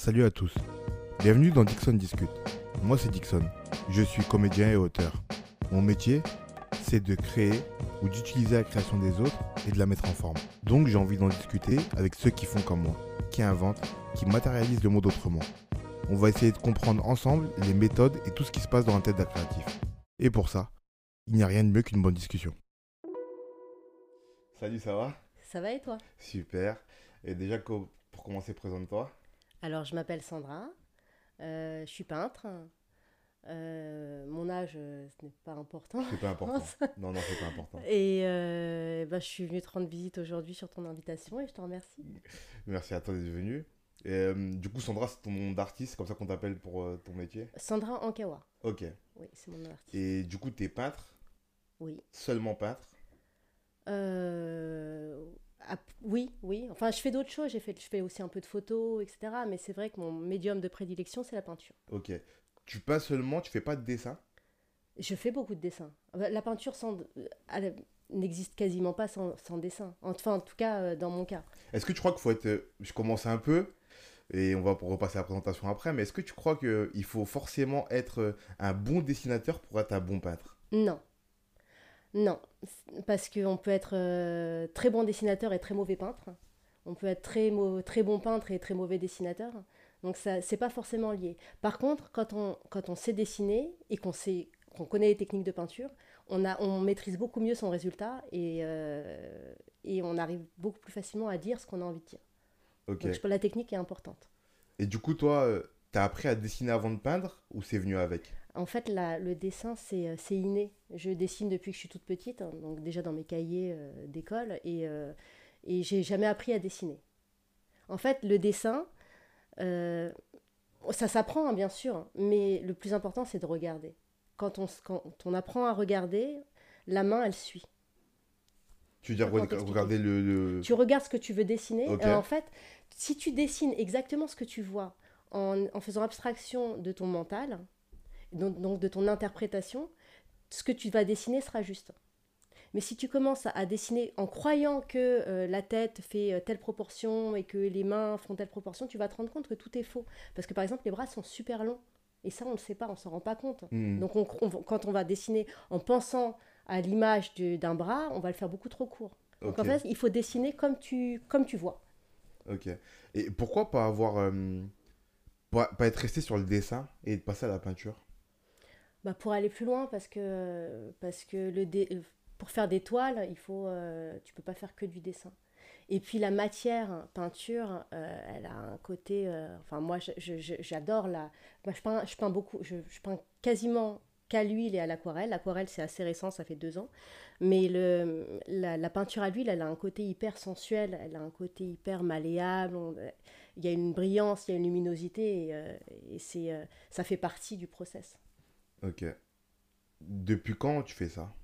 Salut à tous, bienvenue dans Dixon Discute. Moi c'est Dixon, je suis comédien et auteur. Mon métier, c'est de créer ou d'utiliser la création des autres et de la mettre en forme. Donc j'ai envie d'en discuter avec ceux qui font comme moi, qui inventent, qui matérialisent le monde autrement. On va essayer de comprendre ensemble les méthodes et tout ce qui se passe dans la tête d'un créatif. Et pour ça, il n'y a rien de mieux qu'une bonne discussion. Salut, ça va? Ça va et toi? Super. Et déjà, pour commencer, présente-toi. Alors, je m'appelle Sandra, je suis peintre. Mon âge, ce n'est pas important, C'est pas je important. pense. Non, c'est pas important. Et je suis venue te rendre visite aujourd'hui sur ton invitation et je te remercie. Merci à toi d'être venu. Et, du coup, Sandra, c'est ton nom d'artiste, c'est comme ça qu'on t'appelle pour ton métier. Sandra Ankawa, Ok. oui, c'est mon nom d'artiste. Et du coup, t'es peintre, Oui. seulement peintre. Euh, oui. Enfin, je fais d'autres choses. Je fais aussi un peu de photos, etc. Mais c'est vrai que mon médium de prédilection, c'est la peinture. Ok. Tu peins seulement, tu fais pas de dessin. Je fais beaucoup de dessins. La peinture n'existe quasiment pas sans dessin. Enfin, en tout cas, dans mon cas. Est-ce que tu crois qu'il faut être. Je commence un peu, et on va repasser à la présentation après, mais est-ce que tu crois qu'il faut forcément être un bon dessinateur pour être un bon peintre? Non, non. Parce qu'on peut être très bon dessinateur et très mauvais peintre. On peut être très bon peintre et très mauvais dessinateur. Donc, ça, c'est pas forcément lié. Par contre, quand on sait dessiner et qu'on connaît les techniques de peinture, on maîtrise beaucoup mieux son résultat et on arrive beaucoup plus facilement à dire ce qu'on a envie de dire. Ok. Donc, la technique est importante. Et du coup, toi, t'as appris à dessiner avant de peindre ou c'est venu avec? En fait, le dessin, c'est inné. Je dessine depuis que je suis toute petite, hein, donc déjà dans mes cahiers d'école, et j'ai jamais appris à dessiner. En fait, le dessin, euh, ça s'apprend, hein, bien sûr, hein, mais le plus important, c'est de regarder. Quand on apprend à regarder, la main, elle suit. Tu veux Je sais dire pas comment t'expliquer. regarder Tu regardes ce que tu veux dessiner, Ok. et en fait, si tu dessines exactement ce que tu vois, en faisant abstraction de ton mental, donc de ton interprétation, ce que tu vas dessiner sera juste. Mais si tu commences à dessiner en croyant que la tête fait telle proportion et que les mains font telle proportion, tu vas te rendre compte que tout est faux. Parce que par exemple, les bras sont super longs. Et ça, on ne le sait pas, on ne s'en rend pas compte. Hmm. Donc quand on va dessiner en pensant à l'image d'un bras, on va le faire beaucoup trop court. Donc Ok. en fait, il faut dessiner comme tu vois. Ok. Et pourquoi pas avoir. Pas être resté sur le dessin et de passer à la peinture? Bah, pour aller plus loin, parce que pour faire des toiles, tu peux pas faire que du dessin. Et puis la matière, hein, peinture, elle a un côté. Enfin, moi, j'adore la. Moi, je peins beaucoup. Je peins quasiment qu'à l'huile et à l'aquarelle. L'aquarelle, c'est assez récent, ça fait 2 ans. Mais la peinture à l'huile, elle a un côté hyper sensuel, elle a un côté hyper malléable. Il y a une brillance, il y a une luminosité, ça fait partie du process. Ok. Depuis quand tu fais ça?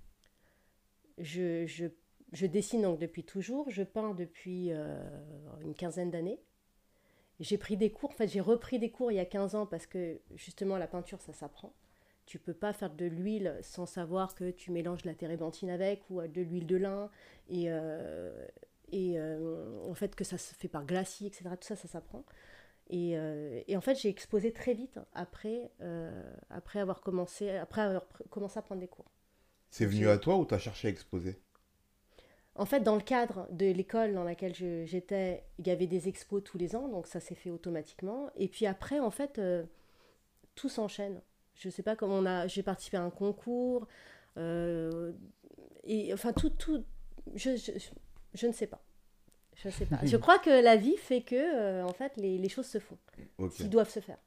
Je, je, je dessine donc depuis toujours, je peins depuis une quinzaine d'années. J'ai pris des cours, en fait j'ai repris des cours il y a 15 ans parce que justement la peinture ça s'apprend. Tu peux pas faire de l'huile sans savoir que tu mélanges de la térébenthine avec ou de l'huile de lin et, en fait que ça se fait par glacis, etc. Tout ça, ça s'apprend. Et en fait j'ai exposé très vite après avoir commencé à prendre des cours. C'est Donc venu à toi ou t'as cherché à exposer? En fait, dans le cadre de l'école dans laquelle j'étais, il y avait des expos tous les ans, donc ça s'est fait automatiquement. Et puis après, en fait, tout s'enchaîne. Je sais pas comment j'ai participé à un concours, euh, et enfin je, je, je ne sais pas. Je ne sais pas. Je crois que la vie fait que, en fait, les choses se font, Ok. s'ils doivent se faire.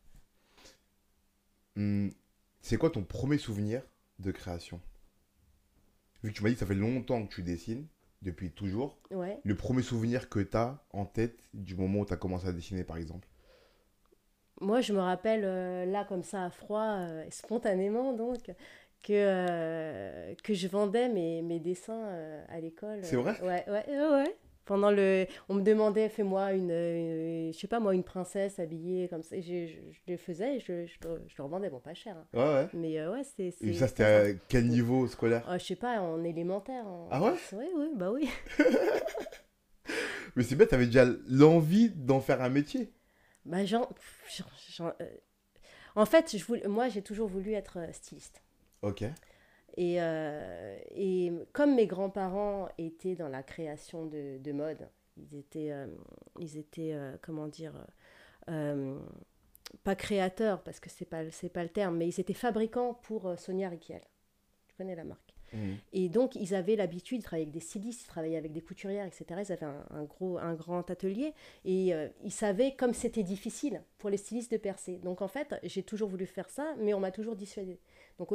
Hmm, c'est quoi ton premier souvenir de création? Vu que tu m'as dit que ça fait longtemps que tu dessines, depuis toujours, Ouais. le premier souvenir que t'as en tête du moment où t'as commencé à dessiner par exemple? Moi, je me rappelle, là, comme ça, à froid, spontanément, donc, que je vendais mes dessins à l'école. C'est vrai? Ouais. On me demandait, fais-moi je sais pas moi, une princesse habillée comme ça. Et je le faisais et je le revendais, bon, pas cher, hein. Ouais, ouais. Mais ouais, Et ça, c'était c'était sympa. à quel Ou- niveau scolaire? je sais pas, en élémentaire. Ah ouais? Oui, oui, bah oui. Mais c'est bien, t'avais déjà l'envie d'en faire un métier. Bah, en fait, moi, j'ai toujours voulu être styliste. Ok. Et comme mes grands-parents étaient dans la création de mode, ils étaient comment dire, euh, pas créateurs, parce que c'est pas le terme, mais ils étaient fabricants pour Sonia Rykiel. Tu connais la marque. Mhm. Et donc, ils avaient l'habitude de travailler avec des stylistes, ils travaillaient avec des couturières, etc. Ils avaient un grand atelier et ils savaient comme c'était difficile pour les stylistes de percer. Donc, en fait, j'ai toujours voulu faire ça, mais on m'a toujours dissuadée. Donc,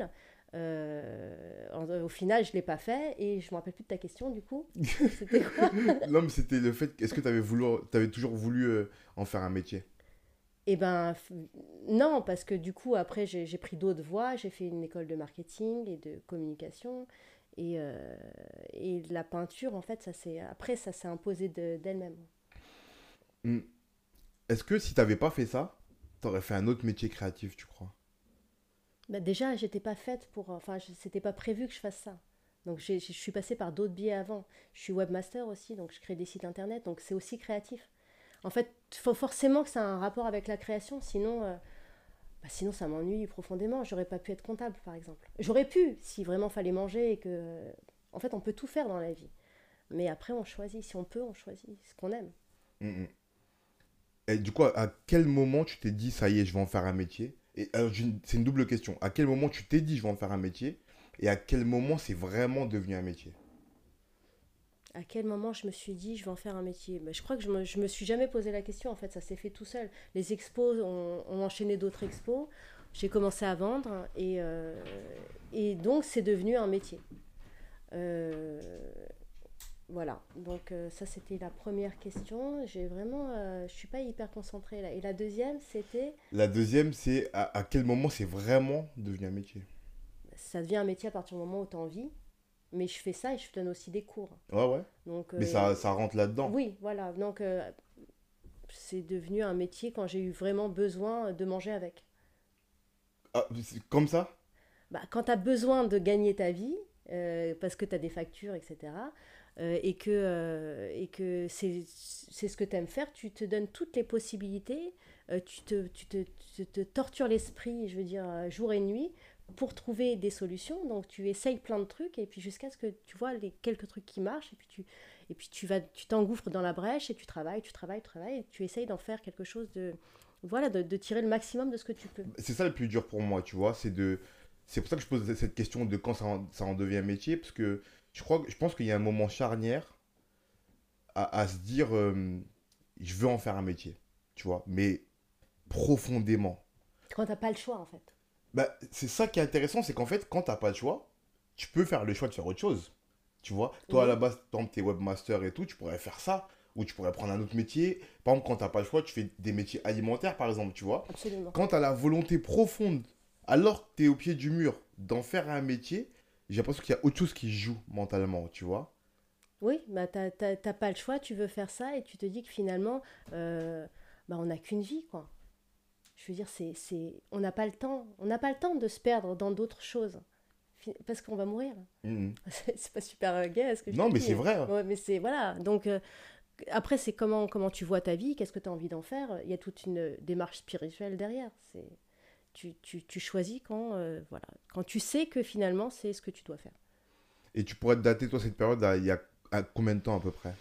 au final, je ne l'ai pas fait et je ne me rappelle plus de ta question, du coup. C'était quoi? Non, mais c'était le fait. Est-ce que t'avais toujours voulu en faire un métier? Eh ben, non, parce que du coup, après, j'ai pris d'autres voies. J'ai fait une école de marketing et de communication. Et la peinture, en fait, après, ça s'est imposé d'elle-même. Hmm. Est-ce que si t'avais pas fait ça, t'aurais fait un autre métier créatif, tu crois? Bah, déjà, j'étais pas faite pour. Enfin, c'était pas prévu que je fasse ça. Donc, je suis passée par d'autres biais avant. Je suis webmaster aussi, donc je crée des sites internet. Donc, c'est aussi créatif. En fait, il faut forcément que ça ait un rapport avec la création. Sinon, ça m'ennuie profondément. J'aurais pas pu être comptable, par exemple. J'aurais pu, si vraiment fallait manger et que. En fait, on peut tout faire dans la vie. Mais après, on choisit. Si on peut, on choisit ce qu'on aime. Hmm, hmm. Et du coup, à quel moment tu t'es dit, ça y est, je vais en faire un métier? Et alors, c'est une double question. À quel moment tu t'es dit, je vais en faire un métier? Et à quel moment c'est vraiment devenu un métier? À quel moment je me suis dit, je vais en faire un métier? Je crois que je me suis jamais posé la question. En fait, ça s'est fait tout seul. Les expos ont enchaîné d'autres expos. J'ai commencé à vendre et donc c'est devenu un métier. Euh, voilà, donc ça c'était la première question. Je suis pas hyper concentrée là. Et la deuxième, c'était, La deuxième, c'est à quel moment c'est vraiment devenu un métier? ça devient un métier à partir du moment où tu as envie, mais je fais ça et je donne aussi des cours. Ouais, ouais. Donc Mais ça rentre là-dedans. oui, voilà, donc c'est devenu un métier quand j'ai eu vraiment besoin de manger avec. Ah, c'est comme ça? Bah, quand tu as besoin de gagner ta vie, parce que tu as des factures, etc., et que c'est ce que tu aimes faire, tu te donnes toutes les possibilités, tu te tortures l'esprit, je veux dire, jour et nuit, pour trouver des solutions. Donc tu essayes plein de trucs, et puis jusqu'à ce que tu vois les quelques trucs qui marchent, et puis tu t'engouffres dans la brèche, et tu travailles, et tu essayes d'en faire quelque chose de... Voilà, de tirer le maximum de ce que tu peux. C'est ça le plus dur pour moi, tu vois. C'est pour ça que je pose cette question de quand ça en devient un métier, parce que je pense qu'il y a un moment charnière à se dire, je veux en faire un métier, tu vois, mais profondément. Quand t'as pas le choix, en fait. Bah, c'est ça qui est intéressant, c'est qu'en fait, quand t'as pas le choix, tu peux faire le choix de faire autre chose. Tu vois, toi à la Oui, base, tant que t'es webmaster et tout, tu pourrais faire ça, ou tu pourrais prendre un autre métier. Par exemple, quand t'as pas le choix, tu fais des métiers alimentaires, par exemple, tu vois. absolument. Quand t'as la volonté profonde, alors que t'es au pied du mur, d'en faire un métier, j'ai l'impression qu'il y a autre chose qui joue mentalement, tu vois. Oui, bah t'as pas le choix, tu veux faire ça et tu te dis que finalement, bah on n'a qu'une vie, quoi. Je veux dire, on n'a pas le temps. On n'a pas le temps de se perdre dans d'autres choses. Parce qu'on va mourir. Mhm. C'est pas super gay ce que je te Non, mais dis, c'est hein. vrai, hein. Ouais, mais c'est, voilà. Donc, après, c'est comment tu vois ta vie, qu'est-ce que tu as envie d'en faire. Il y a toute une démarche spirituelle derrière. Tu choisis voilà, quand tu sais que finalement, c'est ce que tu dois faire. Et tu pourrais te dater, toi, cette période, il y a à combien de temps à peu près?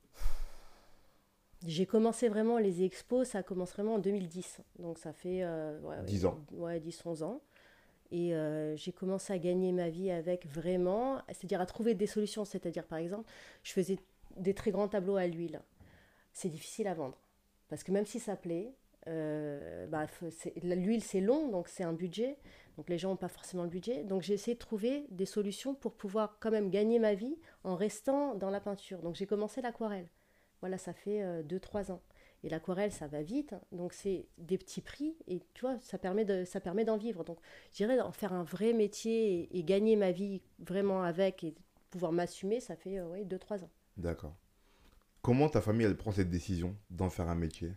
J'ai commencé vraiment les expos, ça commence vraiment en 2010. Donc ça fait 10 ans. ouais, 10-11 ans. Et j'ai commencé à gagner ma vie avec vraiment, c'est-à-dire à trouver des solutions. C'est-à-dire par exemple, je faisais des très grands tableaux à l'huile. C'est difficile à vendre. Parce que même si ça plaît, l'huile c'est long, donc c'est un budget. Donc les gens n'ont pas forcément le budget. Donc j'ai essayé de trouver des solutions pour pouvoir quand même gagner ma vie en restant dans la peinture. Donc j'ai commencé l'aquarelle. Voilà, ça fait 2-3 ans. Et l'aquarelle, ça va vite, donc c'est des petits prix, et tu vois, ça permet d'en vivre. Donc je dirais en faire un vrai métier et gagner ma vie vraiment avec et pouvoir m'assumer, ça fait ouais, 2-3 ans. D'accord. Comment ta famille, elle prend cette décision d'en faire un métier?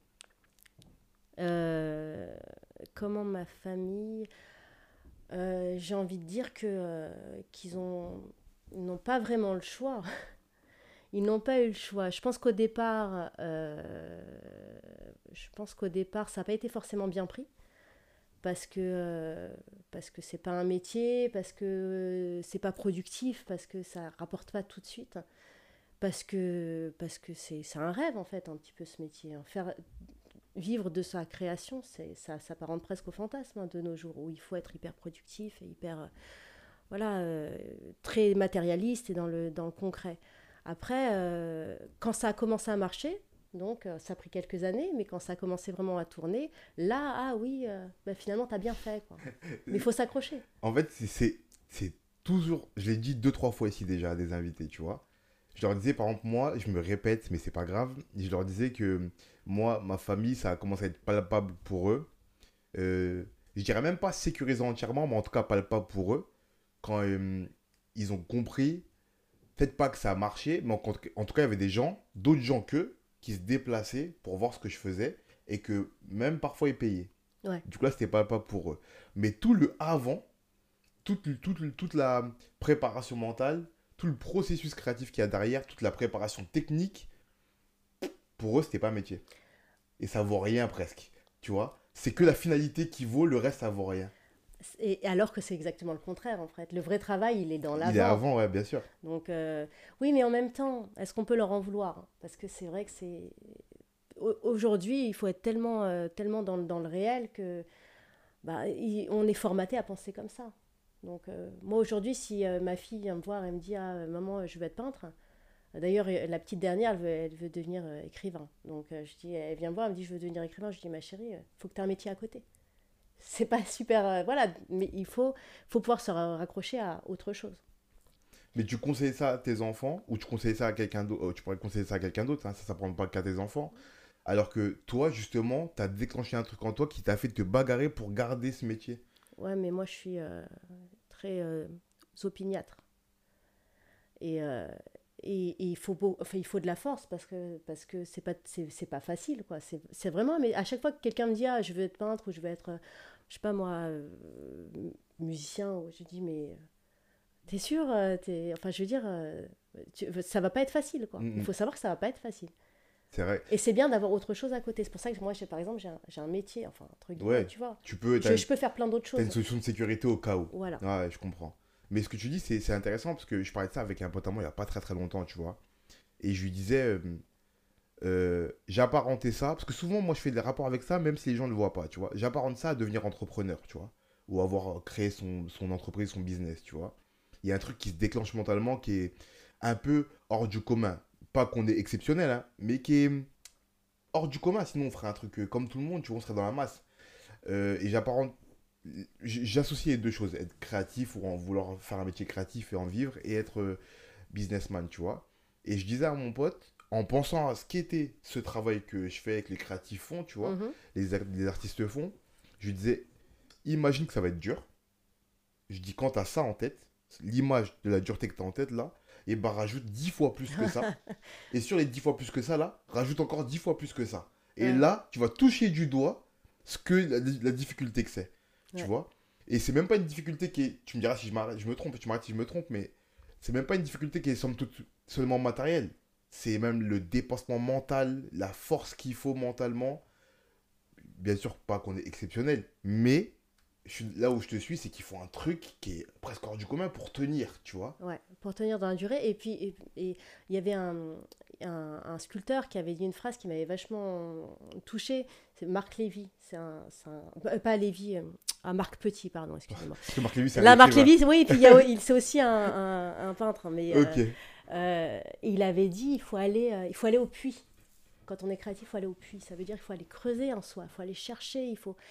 Euh, Comment ma famille, j'ai envie de dire qu'ils n'ont pas vraiment le choix. Ils n'ont pas eu le choix. Je pense qu'au départ, ça n'a pas été forcément bien pris parce que c'est pas un métier, parce que c'est pas productif, parce que ça rapporte pas tout de suite, parce que c'est un rêve en fait un petit peu ce métier. Hein. Faire vivre de sa création, ça s'apparente presque au fantasme hein, de nos jours où il faut être hyper productif et hyper voilà très matérialiste et dans le concret. Après, quand ça a commencé à marcher, donc ça a pris quelques années, mais quand ça a commencé vraiment à tourner, là, ah oui, bah, finalement, t'as bien fait, quoi. Mais il faut s'accrocher. En fait, c'est toujours. Je l'ai dit deux, trois fois ici déjà à des invités, tu vois. Je leur disais, par exemple, moi, je me répète, mais c'est pas grave. Je leur disais que moi, ma famille, ça a commencé à être palpable pour eux. Je dirais même pas sécurisant entièrement, mais en tout cas palpable pour eux. Quand ils ont compris, peut-être pas que ça a marché, mais en tout cas, il y avait des gens, d'autres gens qu'eux, qui se déplaçaient pour voir ce que je faisais et que même parfois ils payaient. Ouais. Du coup, là, c'était pas pour eux. Mais tout le avant, toute la préparation mentale, tout le processus créatif qu'il y a derrière, toute la préparation technique, pour eux, c'était pas un métier. Et ça vaut rien presque. Tu vois? C'est que la finalité qui vaut, le reste, ça vaut rien. Et alors que c'est exactement le contraire, en fait. Le vrai travail, il est dans l'avant. Il est avant, ouais, bien sûr. Donc, oui, mais en même temps, est-ce qu'on peut leur en vouloir? Parce que c'est vrai que c'est... Aujourd'hui, il faut être tellement dans le réel que bah, on est formaté à penser comme ça. Donc, moi, aujourd'hui, si ma fille vient me voir et me dit ah, maman, je veux être peintre. D'ailleurs, la petite dernière, elle veut devenir écrivain. Donc, je dis, elle vient me voir, elle me dit je veux devenir écrivain. Je dis ma chérie, il faut que tu aies un métier à côté. C'est pas super. Voilà, mais faut pouvoir se raccrocher à autre chose. Mais tu conseilles ça à tes enfants ou tu conseilles ça à quelqu'un d'autre? Tu pourrais conseiller ça à quelqu'un d'autre, hein, ça ne prend pas qu'à tes enfants. Alors que toi, justement, tu as déclenché un truc en toi qui t'a fait te bagarrer pour garder ce métier. Ouais, mais moi, je suis très opiniâtre. Et, euh, et enfin, il faut de la force parce que c'est pas facile, quoi. C'est vraiment, mais à chaque fois que quelqu'un me dit, ah, je veux être peintre ou je veux être, je sais pas moi, musicien, je dis, mais t'es sûr, enfin, je veux dire, ça va pas être facile, quoi. Il Mm, mm. faut savoir que ça va pas être facile. C'est vrai. Et c'est bien d'avoir autre chose à côté. C'est pour ça que moi, par exemple, j'ai un métier, enfin, entre guillemets, Ouais, tu vois. tu peux, Je peux faire plein d'autres t'as une choses. solution de sécurité au cas où. Voilà. Ouais, je comprends. Mais ce que tu dis, c'est intéressant parce que je parlais de ça avec un pote à moi il n'y a pas très très longtemps, tu vois. Et je lui disais, j'apparentais ça, parce que souvent moi je fais des rapports avec ça, même si les gens ne le voient pas, tu vois. J'apparente ça à devenir entrepreneur, tu vois. Ou avoir créé son entreprise, son business, tu vois. Il y a un truc qui se déclenche mentalement qui est un peu hors du commun. Pas qu'on est exceptionnel, hein, mais qui est hors du commun, sinon on ferait un truc comme tout le monde, tu vois, on serait dans la masse. Et j'associe les deux choses, être créatif ou en vouloir faire un métier créatif et en vivre, et être businessman, tu vois. Et je disais à mon pote, en pensant à ce qu'était ce travail que je fais, que les créatifs font, tu vois, Mhm. les artistes font, je lui disais, imagine que ça va être dur. Je dis, quand tu as ça en tête, l'image de la dureté que tu as en tête là, et bah rajoute 10 fois plus que ça. Et sur les 10 fois plus que ça là, rajoute encore 10 fois plus que ça. Et Ouais. là, tu vas toucher du doigt ce que la difficulté que c'est. Tu Ouais. vois? Et c'est même pas une difficulté qui est. Tu me diras si je me trompe, tu m'arrêtes si je me trompe, mais c'est même pas une difficulté qui est somme toute seulement matérielle. C'est même le dépassement mental, la force qu'il faut mentalement. Bien sûr, pas qu'on est exceptionnel, mais là où je te suis, c'est qu'il faut un truc qui est presque hors du commun pour tenir, tu vois? Ouais, pour tenir dans la durée. Et puis, et il y avait un sculpteur qui avait dit une phrase qui m'avait vachement touchée. C'est Marc Lévy. Pas Lévy, Marc Petit, pardon, excusez-moi. Parce que Marc Lévy, c'est un Là, Marc écrivain. Lévy, oui, et puis c'est aussi un peintre. Mais Ok. il avait dit il faut aller au puits. Quand on est créatif, il faut aller au puits. Ça veut dire qu'il faut aller creuser en soi, il faut aller chercher,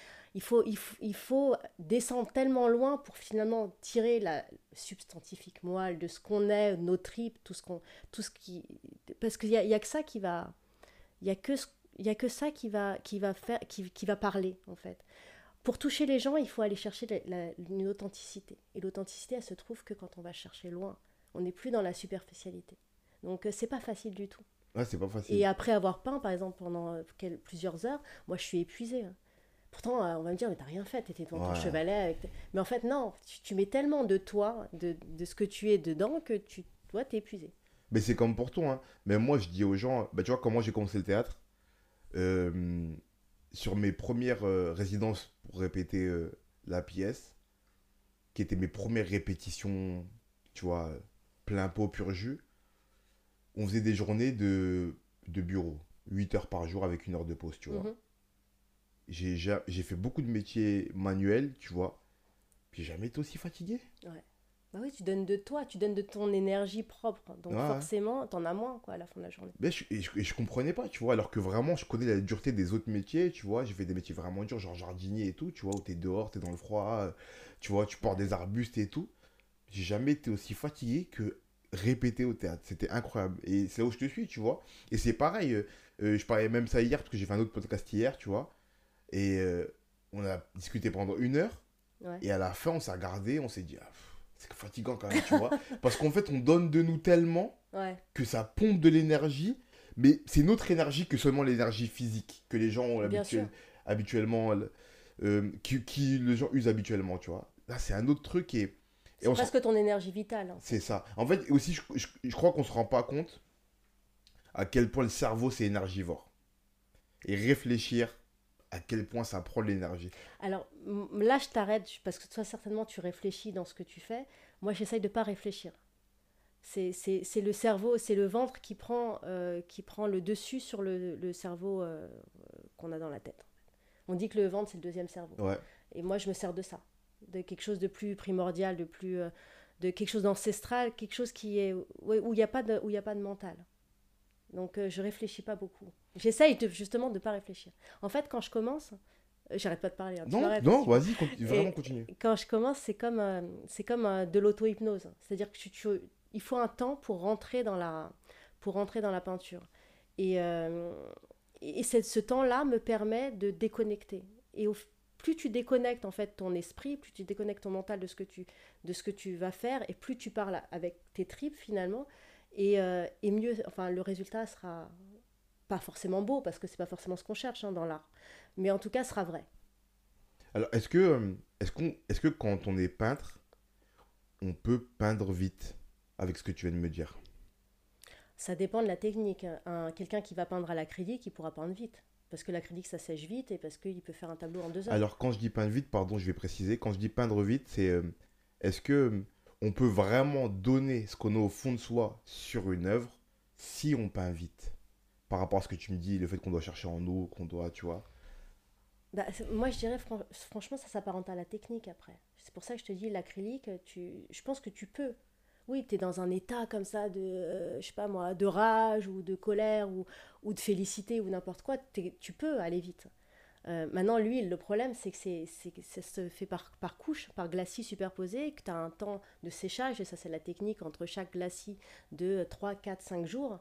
il faut descendre tellement loin pour finalement tirer la substantifique moelle de ce qu'on est, nos tripes, tout ce qui, parce qu'il y a que ça qui va, il y a que il y a que ça qui va faire, qui va parler en fait. Pour toucher les gens, il faut aller chercher une authenticité. Et l'authenticité, elle se trouve que quand on va chercher loin, on n'est plus dans la superficialité. Donc c'est pas facile du tout. Ouais, c'est pas Et facile. après avoir peint, par exemple, pendant plusieurs heures, moi je suis épuisée. Hein. Pourtant, on va me dire, mais t'as rien fait, t'étais devant ton Ouais. chevalet. Mais en fait, non, tu mets tellement de toi, de ce que tu es dedans, que toi, t'es épuisé. Mais c'est comme pour toi, hein. Mais moi, je dis aux gens, bah, tu vois, comment j'ai commencé le théâtre, euh, sur mes premières résidences pour répéter la pièce, qui étaient mes premières répétitions, tu vois, plein pot, pur jus, on faisait des journées de bureau, 8 heures par jour avec 1 heure de pause, tu vois. Mhm. J'ai fait beaucoup de métiers manuels, tu vois. Puis j'ai jamais été aussi fatigué. Ouais. Bah oui, tu donnes de toi, tu donnes de ton énergie propre. Ouais, Donc ouais. forcément, t'en as moins quoi, à la fin de la journée. Mais je comprenais pas, tu vois. Alors que vraiment, je connais la dureté des autres métiers, tu vois. J'ai fait des métiers vraiment durs, genre jardinier et tout, tu vois, où t'es dehors, t'es dans le froid, tu vois, tu portes Ouais. des arbustes et tout. J'ai jamais été aussi fatigué que répéter au théâtre. C'était incroyable. Et c'est là où je te suis, tu vois. Et c'est pareil, je parlais même ça hier, parce que j'ai fait un autre podcast hier, tu vois. Et on a discuté pendant 1 heure. Ouais. Et à la fin, on s'est regardé, on s'est dit, ah, c'est fatigant quand même, tu vois. Parce qu'en fait, on donne de nous tellement Ouais, que ça pompe de l'énergie, mais c'est notre énergie que seulement l'énergie physique, que les gens ont bien sûr. habituellement, qui les gens usent habituellement, tu vois. Là, c'est un autre truc et C'est on s'en- presque ton énergie vitale en c'est fait. ça. En fait, aussi, je crois qu'on se rend pas compte à quel point le cerveau, c'est énergivore. Et réfléchir à quel point ça prend de l'énergie. Alors là, je t'arrête parce que toi, certainement, tu réfléchis dans ce que tu fais. Moi, j'essaye de pas réfléchir. C'est le cerveau, c'est le ventre qui prend le dessus sur le cerveau qu'on a dans la tête. On dit que le ventre, c'est le deuxième cerveau. Ouais. Et moi, je me sers de ça, de quelque chose de plus primordial, de quelque chose d'ancestral, quelque chose qui est ouais, où il n'y a pas de où il y a pas de mental. Donc je réfléchis pas beaucoup. J'essaye justement de pas réfléchir. En fait, quand je commence, j'arrête pas de parler, hein, tu Non, m'arrêtes non, si tu veux. vas-y, vraiment Et continue. quand je commence, c'est comme de l'auto-hypnose. C'est-à-dire que il faut un temps pour rentrer dans la peinture. Et, euh, et ce temps-là me permet de déconnecter. Et plus tu déconnectes en fait ton esprit, plus tu déconnectes ton mental de ce que tu vas faire, et plus tu parles avec tes tripes finalement, et mieux, enfin le résultat sera pas forcément beau parce que c'est pas forcément ce qu'on cherche hein, dans l'art, mais en tout cas sera vrai. Alors, est-ce que quand on est peintre, on peut peindre vite avec ce que tu viens de me dire? Ça dépend de la technique. Quelqu'un qui va peindre à l'acrylique, il pourra peindre vite. Parce que l'acrylique, ça sèche vite et parce qu'il peut faire un tableau en 2 heures. Alors, quand je dis peindre vite, pardon, je vais préciser. Quand je dis peindre vite, c'est est-ce que on peut vraiment donner ce qu'on a au fond de soi sur une œuvre si on peint vite? Par rapport à ce que tu me dis, le fait qu'on doit chercher en eau, qu'on doit, tu vois. Bah, moi, je dirais, franchement, ça s'apparente à la technique après. C'est pour ça que je te dis, l'acrylique, je pense que tu peux. Oui, tu es dans un état comme ça de, je sais pas moi, de rage ou de colère ou de félicité ou n'importe quoi, tu peux aller vite. Maintenant, l'huile, le problème, c'est que ça se fait par couche, par glacis superposés, que tu as un temps de séchage, et ça, c'est la technique entre chaque glacis de 3 4 5 jours.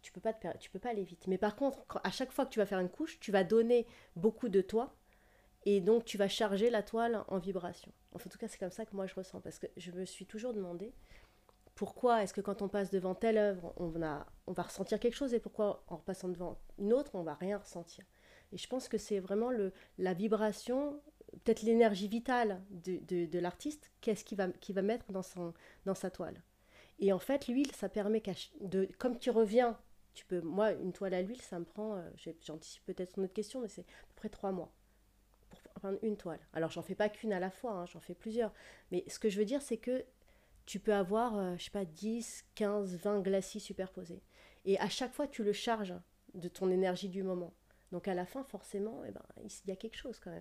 Tu peux pas aller vite. Mais par contre, à chaque fois que tu vas faire une couche, tu vas donner beaucoup de toi, et donc tu vas charger la toile en vibration. Enfin, en tout cas, c'est comme ça que moi je ressens, parce que je me suis toujours demandé pourquoi est-ce que quand on passe devant telle œuvre, on va ressentir quelque chose, et pourquoi en repassant devant une autre, on va rien ressentir. Et je pense que c'est vraiment la vibration, peut-être l'énergie vitale de l'artiste, qu'est-ce qu'il va mettre dans sa toile. Et en fait, l'huile, ça permet, comme tu reviens, moi, une toile à l'huile, ça me prend, j'anticipe peut-être une autre question, mais c'est à peu près 3 mois pour peindre une toile. Alors, j'en fais pas qu'une à la fois, hein, j'en fais plusieurs. Mais ce que je veux dire, c'est que tu peux avoir, je sais pas, 10, 15, 20 glacis superposés. Et à chaque fois, tu le charges de ton énergie du moment. Donc à la fin, forcément, eh ben, il y a quelque chose quand même.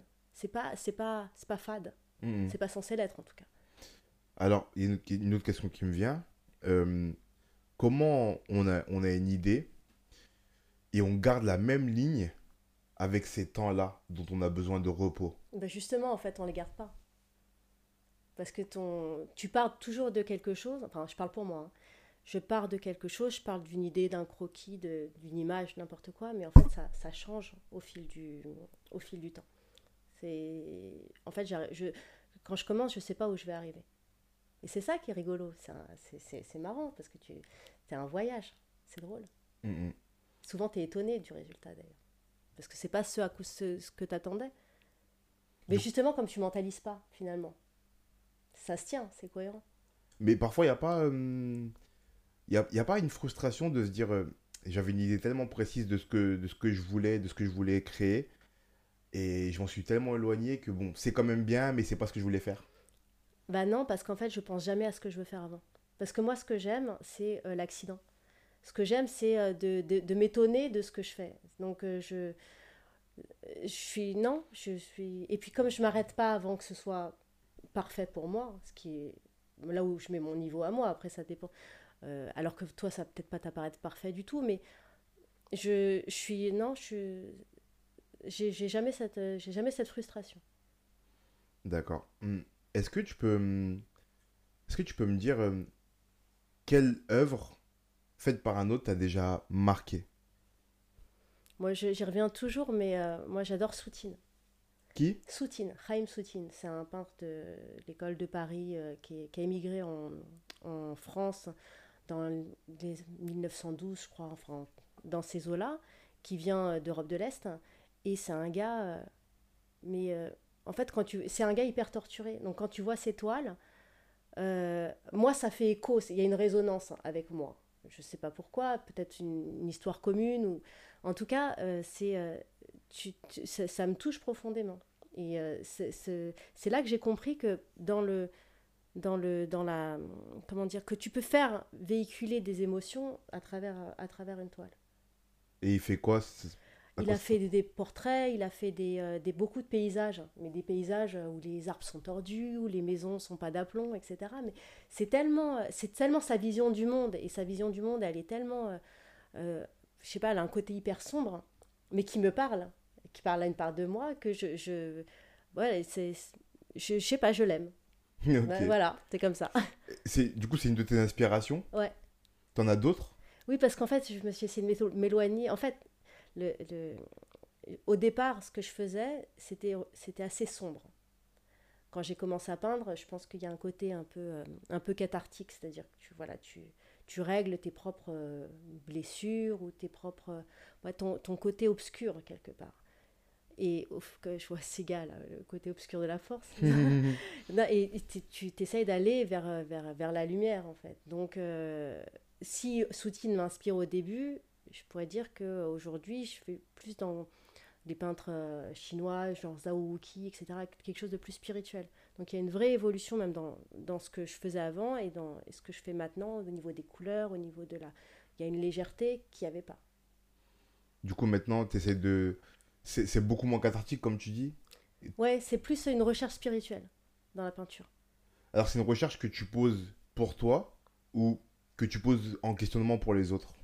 C'est pas fade. Mhm. C'est pas censé l'être en tout cas. Alors, il y a une autre question qui me vient. Euh, Comment on a une idée et on garde la même ligne avec ces temps-là dont on a besoin de repos? Ben justement, en fait, on les garde pas. Parce que tu pars toujours de quelque chose. Enfin, je parle pour moi, hein. Je pars de quelque chose, je parle d'une idée, d'un croquis, d'une image, n'importe quoi, mais en fait, ça change au fil du temps. En fait, quand je commence, je sais pas où je vais arriver. Et c'est ça qui est rigolo. C'est marrant parce que c'est un voyage. C'est drôle. Mhm. Souvent, tu es étonné du résultat d'ailleurs. Parce que c'est pas ce que tu attendais. Mais Du- justement, comme tu mentalises pas, finalement, ça se tient, c'est cohérent. Mais parfois, il n'y a pas y a pas une frustration de se dire, j'avais une idée tellement précise de ce que je voulais, de ce que je voulais créer, et je m'en suis tellement éloigné que bon, c'est quand même bien, mais c'est pas ce que je voulais faire. Bah non, parce qu'en fait, je pense jamais à ce que je veux faire avant. Parce que moi, ce que j'aime, c'est l'accident. Ce que j'aime, c'est de m'étonner de ce que je fais. Donc, je suis. Non, je suis. Et puis, comme je m'arrête pas avant que ce soit parfait pour moi, ce qui est là où je mets mon niveau à moi, après, ça dépend. Alors que toi, ça va peut-être pas t'apparaître parfait du tout, mais je suis. Non, j'ai jamais cette frustration. D'accord. Est-ce que tu peux, est-ce que tu peux me dire quelle œuvre faite par un autre t'a déjà marqué? Moi, j'y reviens toujours, mais moi, j'adore Soutine. Qui? Soutine, Chaim Soutine, c'est un peintre de l'école de Paris qui a émigré en France dans les 1912, je crois, enfin, dans ces eaux-là, qui vient d'Europe de l'Est. Et c'est un gars, mais en fait, c'est un gars hyper torturé. Donc quand tu vois ses toiles, moi, ça fait écho, il y a une résonance avec moi. Je ne sais pas pourquoi, peut-être une histoire commune, ou en tout cas, ça me touche profondément. Et c'est là que j'ai compris que dans la, comment dire, que tu peux faire véhiculer des émotions à travers une toile. Et il fait quoi? À Il quoi a ça sert? fait des portraits, il a fait beaucoup de paysages, mais des paysages où les arbres sont tordus, où les maisons sont pas d'aplomb, etc. Mais c'est tellement sa vision du monde, et sa vision du monde, elle est tellement, je sais pas, elle a un côté hyper sombre, mais qui me parle, qui parle à une part de moi, que ouais, je sais pas, je l'aime. Ok. Ben, voilà, c'est comme ça. Du coup, c'est une de tes inspirations. Ouais. T'en as d'autres? Oui, parce qu'en fait, je me suis essayé de m'éloigner. En fait, au départ, ce que je faisais, c'était assez sombre. Quand j'ai commencé à peindre, je pense qu'il y a un côté un peu cathartique, c'est-à-dire que voilà, tu règles tes propres blessures ou tes propres, ouais, ton côté obscur quelque part. Et ouf, que je vois Siga, là, le côté obscur de la force. Non, et tu t'essayes d'aller vers la lumière, en fait. Donc, si Soutine m'inspire au début, je pourrais dire qu'aujourd'hui, je fais plus dans des peintres chinois, genre Zhao Wuqi, etc., quelque chose de plus spirituel. Donc, il y a une vraie évolution même dans ce que je faisais avant et ce que je fais maintenant, au niveau des couleurs, au niveau de la... Il y a une légèreté qu'il n'y avait pas. Du coup, maintenant, t'essaies de. C'est beaucoup moins cathartique, comme tu dis. Ouais, c'est plus une recherche spirituelle dans la peinture. Alors, c'est une recherche que tu poses pour toi ou que tu poses en questionnement pour les autres.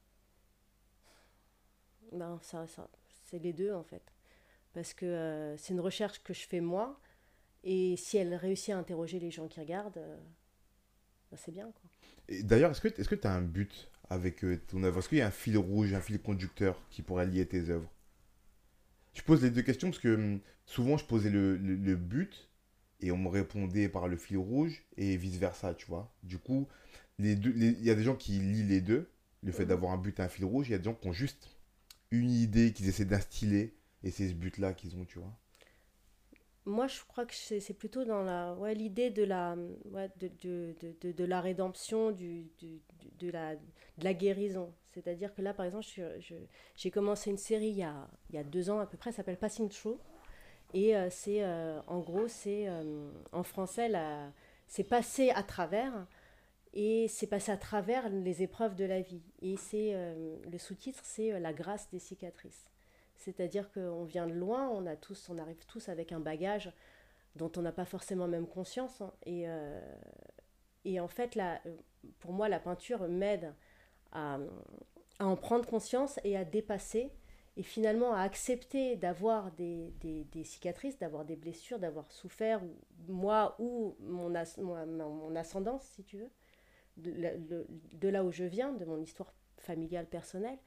Ben, c'est les deux, en fait. Parce que c'est une recherche que je fais moi, et si elle réussit à interroger les gens qui regardent, ben, c'est bien, quoi. Et d'ailleurs, est-ce que tu as un but avec ton œuvre? Est-ce qu'il y a un fil rouge, un fil conducteur qui pourrait lier tes œuvres? Je pose les deux questions parce que souvent je posais le but et on me répondait par le fil rouge et vice-versa, tu vois. Du coup, il y a des gens qui lient les deux, le fait Mhm. d'avoir un but et un fil rouge. Il y a des gens qui ont juste une idée qu'ils essaient d'instiller et c'est ce but-là qu'ils ont, tu vois. Moi, je crois que c'est plutôt dans ouais, l'idée de ouais, de la rédemption, de la guérison. C'est-à-dire que là, par exemple, j'ai commencé une série il y a 2 ans à peu près, ça s'appelle Passing Through. Et en gros, en français, c'est passer à travers. Et c'est passé à travers les épreuves de la vie. Et le sous-titre, c'est la grâce des cicatrices. C'est-à-dire qu'on vient de loin, on arrive tous avec un bagage dont on n'a pas forcément même conscience, hein. Et en fait, pour moi, la peinture m'aide à, à en prendre conscience et à dépasser, et finalement à accepter d'avoir des cicatrices, d'avoir des blessures, d'avoir souffert, moi ou mon ascendance, si tu veux, de là où je viens, de mon histoire familiale personnelle,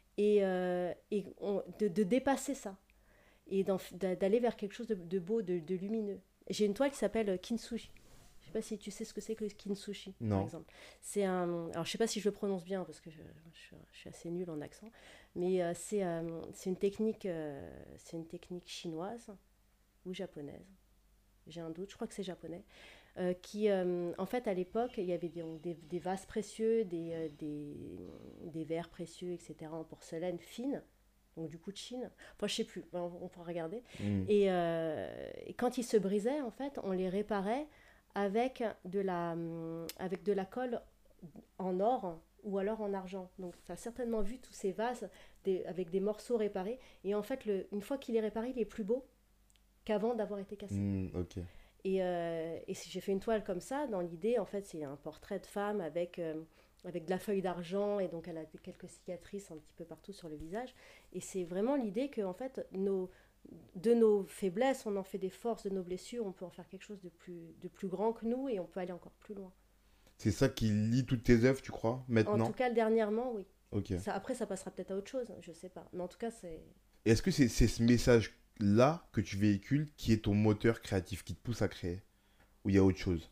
de dépasser ça et d'aller vers quelque chose de beau, de lumineux. J'ai une toile qui s'appelle Kintsugi. Je sais pas si tu sais ce que c'est que le kintsugi, par Non. exemple. Alors je sais pas si je le prononce bien parce que je suis assez nulle en accent, mais c'est une technique chinoise ou japonaise. J'ai un doute, je crois que c'est japonais, En fait, à l'époque, il y avait des vases précieux, des verres précieux, etc., en porcelaine fine, donc du coup de Chine. Enfin, je sais plus, on pourra regarder. Hmm. Et quand ils se brisaient, en fait, on les réparait avec de la colle en or ou alors en argent. Donc, tu as certainement vu tous ces vases avec des morceaux réparés. Et en fait, une fois qu'il est réparé, il est plus beau qu'avant d'avoir été cassé. Ok. Et si j'ai fait une toile comme ça, dans l'idée, en fait, c'est un portrait de femme avec de la feuille d'argent, et donc elle a quelques cicatrices un petit peu partout sur le visage. Et c'est vraiment l'idée que, en fait, de nos faiblesses, on en fait des forces, de nos blessures, on peut en faire quelque chose de plus grand que nous, et on peut aller encore plus loin. C'est ça qui lie toutes tes œuvres, tu crois, En tout maintenant? cas, dernièrement, oui. Ok. Après, ça passera peut-être à autre chose, je sais pas. Mais en tout cas, c'est... Et est-ce que c'est ce message-là que tu véhicules qui est ton moteur créatif, qui te pousse à créer? Ou il y a autre chose?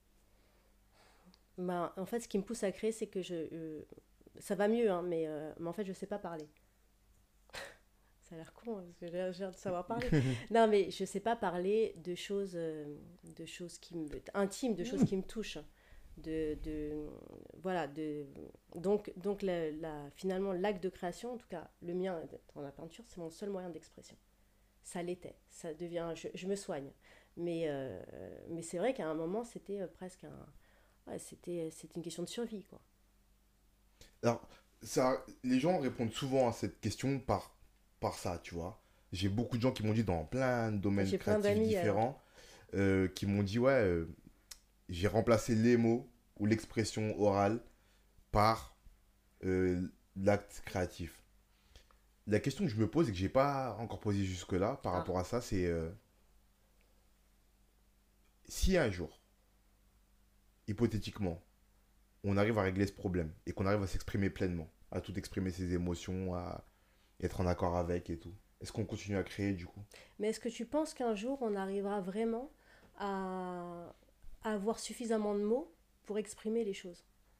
Ben, en fait, ce qui me pousse à créer, c'est que ça va mieux, hein, mais en fait, je sais pas parler. Ça a l'air con, hein, parce que j'ai l'air de savoir parler. Non, mais je sais pas parler de choses intimes, de choses qui me touchent. Voilà. Donc finalement, l'acte de création, en tout cas, le mien dans la peinture, c'est mon seul moyen d'expression. Ça l'était. Ça devient. Je me soigne. Mais c'est vrai qu'à un moment, c'était presque un. Ouais, c'était une question de survie, quoi. Alors, ça, les gens répondent souvent à cette question par ça, tu vois. J'ai beaucoup de gens qui m'ont dit dans plein de domaines J'ai plein créatifs d'amis, alors. différents, qui m'ont dit, ouais, j'ai remplacé les mots ou l'expression orale par l'acte créatif. La question que je me pose et que j'ai pas encore posée jusque-là par Ah, rapport à ça, c'est si un jour, hypothétiquement, on arrive à régler ce problème et qu'on arrive à s'exprimer pleinement, à tout exprimer ses émotions, à être en accord avec et tout, est-ce qu'on continue à créer du coup? mais est-ce que tu penses qu'un jour, on arrivera vraiment à, à avoir suffisamment de mots pour exprimer les choses?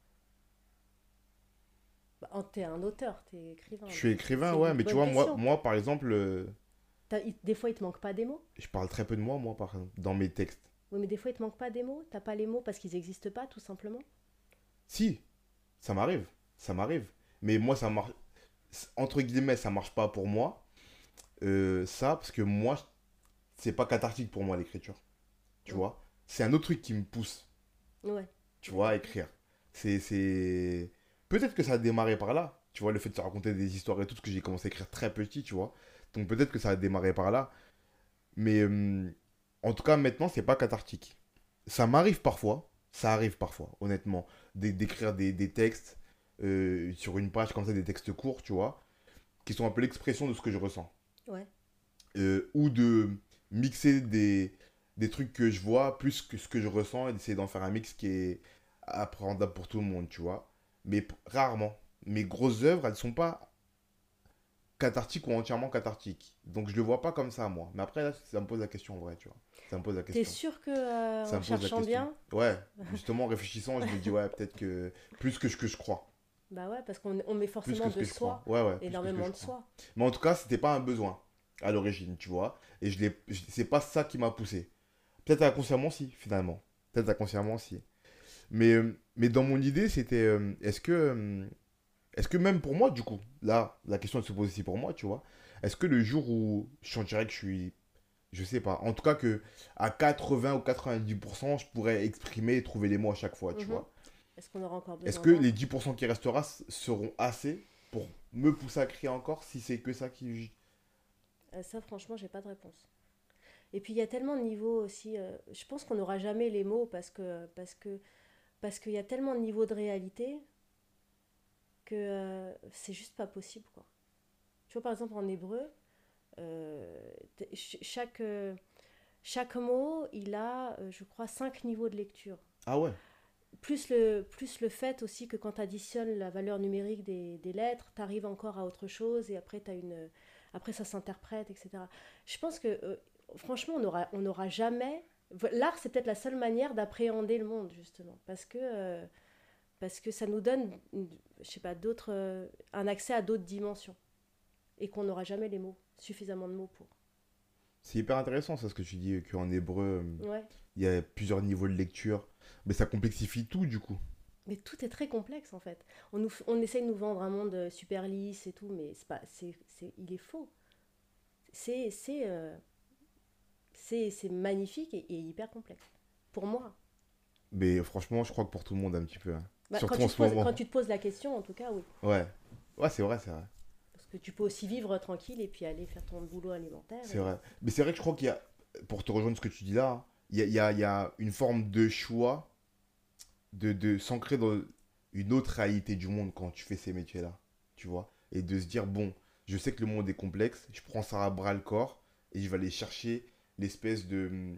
T'es un auteur, t'es écrivain, Je suis donc écrivain, c'est ouais, une mais tu bonne vois, moi, question. moi par exemple, Des fois, il te manque pas des mots. je parle très peu de moi, par exemple, dans mes textes. Oui, mais des fois, il te manque pas des mots. T'as pas les mots parce qu'ils n'existent pas, tout simplement. Si, ça m'arrive, ça m'arrive. Mais moi, ça marche, entre guillemets, ça marche pas pour moi. Ça, parce que moi, c'est pas cathartique pour moi l'écriture. Tu Mm. vois? C'est un autre truc qui me pousse, Ouais, tu vois, à d'accord. écrire. C'est... Peut-être que ça a démarré par là. Tu vois, le fait de se raconter des histoires et tout, parce que j'ai commencé à écrire très petit, tu vois. Donc peut-être que ça a démarré par là. Mais en tout cas, maintenant, c'est pas cathartique. Ça m'arrive parfois, ça arrive parfois, honnêtement, d'écrire des textes sur une page comme ça, des textes courts, tu vois, qui sont un peu l'expression de ce que je ressens. Ouais. Ou de mixer des trucs que je vois plus que ce que je ressens et d'essayer d'en faire un mix qui est appréhendable pour tout le monde, tu vois. Mais rarement. Mes grosses œuvres, elles sont pas cathartiques ou entièrement cathartiques. Donc je le vois pas comme ça, moi. Mais après, là, ça me pose la question en vrai, tu vois. Ça me pose la T'es question. sûr que Ça en me pose la cherchant question. bien, Ouais, justement, en réfléchissant, je me dis, ouais, peut-être que plus que ce que je crois. bah ouais, parce qu'on met Plus forcément que ce de que je crois. soi, Ouais, plus que ce que énormément je de crois. soi. Mais en tout cas, c'était pas un besoin à l'origine, tu vois. Et c'est pas ça qui m'a poussé. Peut-être inconsciemment, si, finalement. Peut-être inconsciemment, si. Mais dans mon idée, c'était est-ce que même pour moi, du coup, là, la question elle se pose aussi pour moi, tu vois. Est-ce que le jour où je sentirais que je suis, je sais pas, en tout cas que à 80 ou 90%, je pourrais exprimer et trouver les mots à chaque fois, tu Mhm. vois. Est-ce qu'on aura encore Est-ce besoin que les d'encre? 10% qui restera seront assez pour me pousser à crier encore si c'est que ça qui... Ça, franchement, j'ai pas de réponse. Et puis, il y a tellement de niveaux aussi. Je pense qu'on n'aura jamais les mots parce qu'il y a tellement de niveaux de réalité que c'est juste pas possible, quoi. Tu vois, par exemple, en hébreu, chaque mot, il a, je crois, 5 niveaux de lecture. Ah ouais. Plus le fait aussi que quand tu additionnes la valeur numérique des lettres, tu arrives encore à autre chose et après ça s'interprète, etc. Je pense que franchement, on n'aura jamais... L'art, c'est peut-être la seule manière d'appréhender le monde, justement, parce que ça nous donne, je sais pas, un accès à d'autres dimensions et qu'on n'aura jamais les mots, suffisamment de mots pour. C'est hyper intéressant, ça, ce que tu dis, qu'en hébreu, Ouais. il y a plusieurs niveaux de lecture. Mais ça complexifie tout, du coup. Mais tout est très complexe en fait. On essaye de nous vendre un monde super lisse et tout, mais c'est pas, il est faux. C'est, c'est, euh, c'est magnifique et hyper complexe. Pour moi. Mais franchement, je crois que pour tout le monde, un petit peu, hein. Bah, Surtout en ce quand moment. tu te poses la question, en tout cas, oui. Ouais. Ouais, c'est vrai, c'est vrai. Parce que tu peux aussi vivre tranquille et puis aller faire ton boulot alimentaire. C'est vrai. Mais c'est vrai que je crois qu'il y a, pour te rejoindre ce que tu dis là, hein, il y a une forme de choix de s'ancrer dans une autre réalité du monde quand tu fais ces métiers-là, tu vois. Et de se dire, bon, je sais que le monde est complexe, je prends ça à bras le corps et je vais aller chercher l'espèce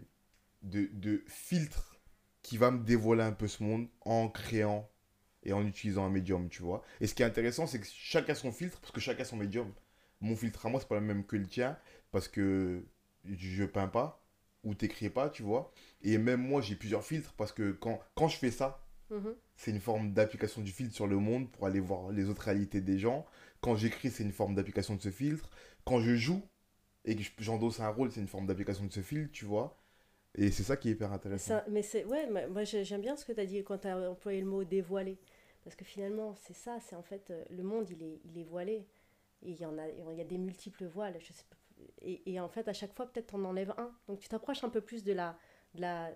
de filtre qui va me dévoiler un peu ce monde en créant et en utilisant un médium, tu vois. Et ce qui est intéressant, c'est que chacun son filtre, parce que chacun son médium. Mon filtre à moi, c'est pas le même que le tien, parce que je peins pas, ou t'écris pas, tu vois. Et même moi, j'ai plusieurs filtres, parce que quand je fais ça, Mhm. c'est une forme d'application du filtre sur le monde pour aller voir les autres réalités des gens. Quand j'écris, c'est une forme d'application de ce filtre. Quand je joue et que j'endosse un rôle, c'est une forme d'application de ce filtre, tu vois. Et c'est ça qui est hyper intéressant. Mais c'est, ouais, moi j'aime bien ce que tu as dit quand tu as employé le mot dévoilé. Parce que finalement, c'est ça, c'est en fait, le monde, il est voilé. Et il y a des multiples voiles. Je sais pas. Et en fait, à chaque fois, peut-être on enlève un. Donc tu t'approches un peu plus de la,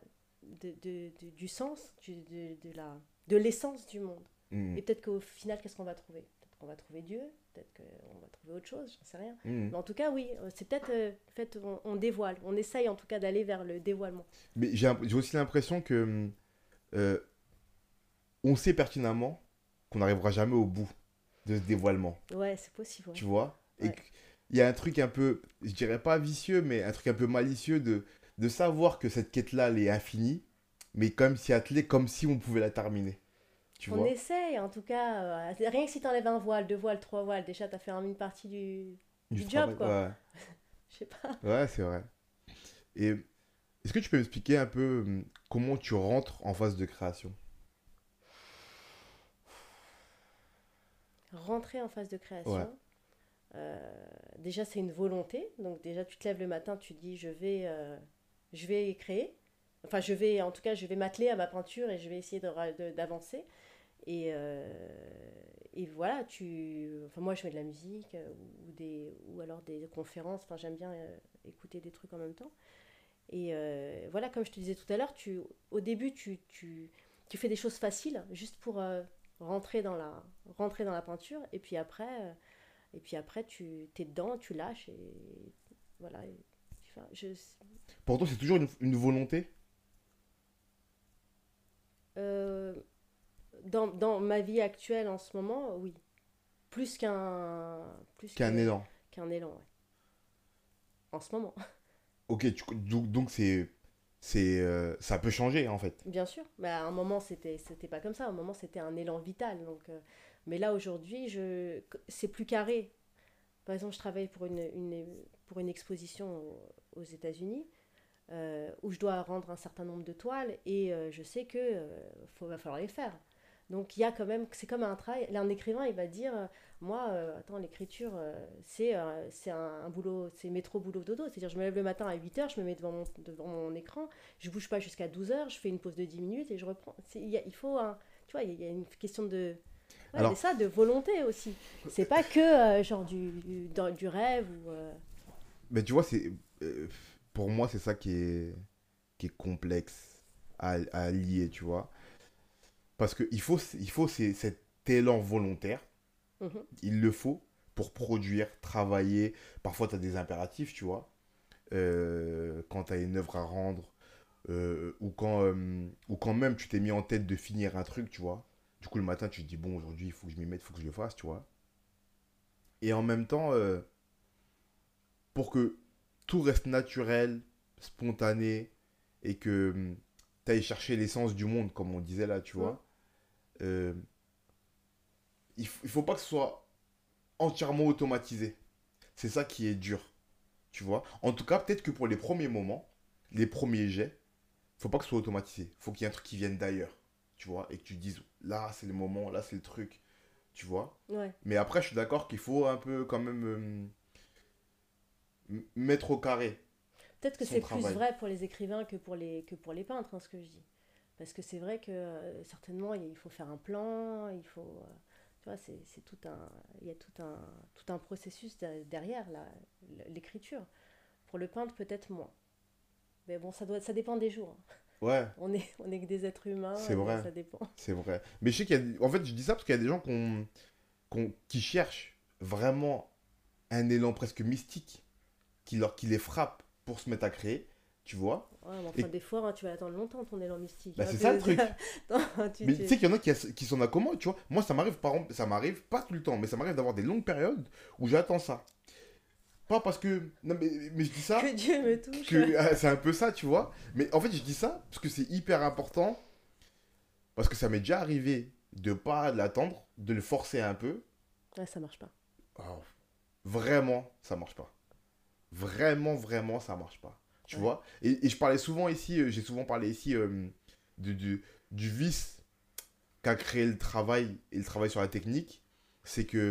du sens, de l'essence du monde. Mhm. Et peut-être qu'au final, qu'est-ce qu'on va trouver? Peut-être qu'on va trouver Dieu, peut-être qu'on va trouver autre chose, j'en sais rien. Mhm. Mais en tout cas, oui, c'est peut-être, en fait, on dévoile. On essaye en tout cas d'aller vers le dévoilement. Mais j'ai aussi l'impression que euh, on sait pertinemment qu'on n'arrivera jamais au bout de ce dévoilement, Ouais, c'est possible, ouais. tu vois. Et Ouais. qu'il y a un truc un peu, je dirais pas vicieux, mais un truc un peu malicieux de savoir que cette quête-là, elle est infinie, mais quand même s'y atteler comme si on pouvait la terminer, tu On vois. essaye, en tout cas. Rien que si t'enlèves un voile, deux voiles, trois voiles, déjà t'as fait une partie Du du job, travail, quoi. ouais. Je sais pas. Ouais, c'est vrai. Et est-ce que tu peux m'expliquer un peu comment tu rentres en phase de création? Rentrer en phase de Ouais. création, déjà c'est une volonté. Donc déjà tu te lèves le matin, tu te dis je vais créer. Enfin je vais, en tout cas je vais m'atteler à ma peinture et je vais essayer d'avancer. Et, euh, et voilà, enfin moi je mets de la musique ou alors des conférences. Enfin j'aime bien écouter des trucs en même temps. Et voilà, comme je te disais tout à l'heure, au début, tu fais des choses faciles juste pour rentrer dans la peinture. Et puis après tu t'es dedans, tu lâches. Et voilà. Enfin, Pour toi, c'est toujours une volonté euh, dans ma vie actuelle en ce moment, oui. Plus qu'un élan. qu'un élan, ouais. En ce moment. Ok, donc ça peut changer en fait. Bien sûr, mais à un moment c'était pas comme ça, à un moment c'était un élan vital. Mais là aujourd'hui c'est plus carré. Par exemple, je travaille pour une exposition aux États-Unis où je dois rendre un certain nombre de toiles et je sais que va falloir les faire. Donc il y a quand même, c'est comme un travail. Là, un écrivain, il va dire, moi, attends, l'écriture, c'est un boulot, c'est métro, boulot, dodo. C'est-à-dire, je me lève le matin à 8 heures, je me mets devant mon écran, je bouge pas jusqu'à 12 heures, je fais une pause de 10 minutes et je reprends. Il faut tu vois, il y a une question ouais, Alors, de volonté aussi. C'est pas que genre du rêve ou. mais tu vois, euh, pour moi, c'est ça qui est complexe à lier, tu vois. Parce qu'il faut cet élan volontaire, Mhm. il le faut pour produire, travailler. Parfois, tu as des impératifs, tu vois. Quand tu as une œuvre à rendre, ou quand même tu t'es mis en tête de finir un truc, tu vois. Du coup, le matin, tu te dis, bon, aujourd'hui, il faut que je m'y mette, il faut que je le fasse, tu vois. Et en même temps, pour que tout reste naturel, spontané, et que tu ailles chercher l'essence du monde, comme on disait là, tu Mhm. vois, euh, il faut pas que ce soit entièrement automatisé. C'est ça qui est dur, tu vois. En tout cas, peut-être que pour les premiers moments, les premiers jets, faut pas que ce soit automatisé. Faut qu'il y ait un truc qui vienne d'ailleurs, tu vois, et que tu te dises, là, c'est le moment, là, c'est le truc, tu vois. Ouais. Mais après, je suis d'accord qu'il faut un peu quand même mettre au carré. Peut-être que son c'est plus travail. vrai pour les écrivains que pour les peintres, hein, ce que je dis. Parce que c'est vrai que certainement, il faut faire un plan, il faut... tu vois, c'est tout un... Il y a tout un processus derrière l'écriture. Pour le peintre, peut-être moins. Mais bon, ça dépend des jours, hein. Ouais, On est que des êtres humains, c'est vrai. ça dépend. C'est vrai. Mais je sais qu'il y a... En fait, je dis ça parce qu'il y a des gens qui cherchent vraiment un élan presque mystique qui les frappe pour se mettre à créer, tu vois. Ouais, mais enfin, Et des fois, hein, tu vas attendre longtemps ton élan mystique, bah, hein. c'est ça le truc. Non, Mais tu sais qu'il y en a qui s'en accommodent, tu vois. Moi, ça m'arrive, par exemple, ça m'arrive pas tout le temps, mais ça m'arrive d'avoir des longues périodes où j'attends ça. Pas parce que. Non, mais je dis ça, Que Dieu me touche. que c'est un peu ça, tu vois. Mais en fait, je dis ça parce que c'est hyper important, parce que ça m'est déjà arrivé de pas l'attendre, de le forcer un peu. Ouais, ça marche pas. Oh, vraiment, ça marche pas. Vraiment, vraiment, ça marche pas. Tu Ouais. vois. Et je parlais souvent ici, j'ai souvent parlé ici du, du, du vice qu'a créé le travail et le travail sur la technique. C'est que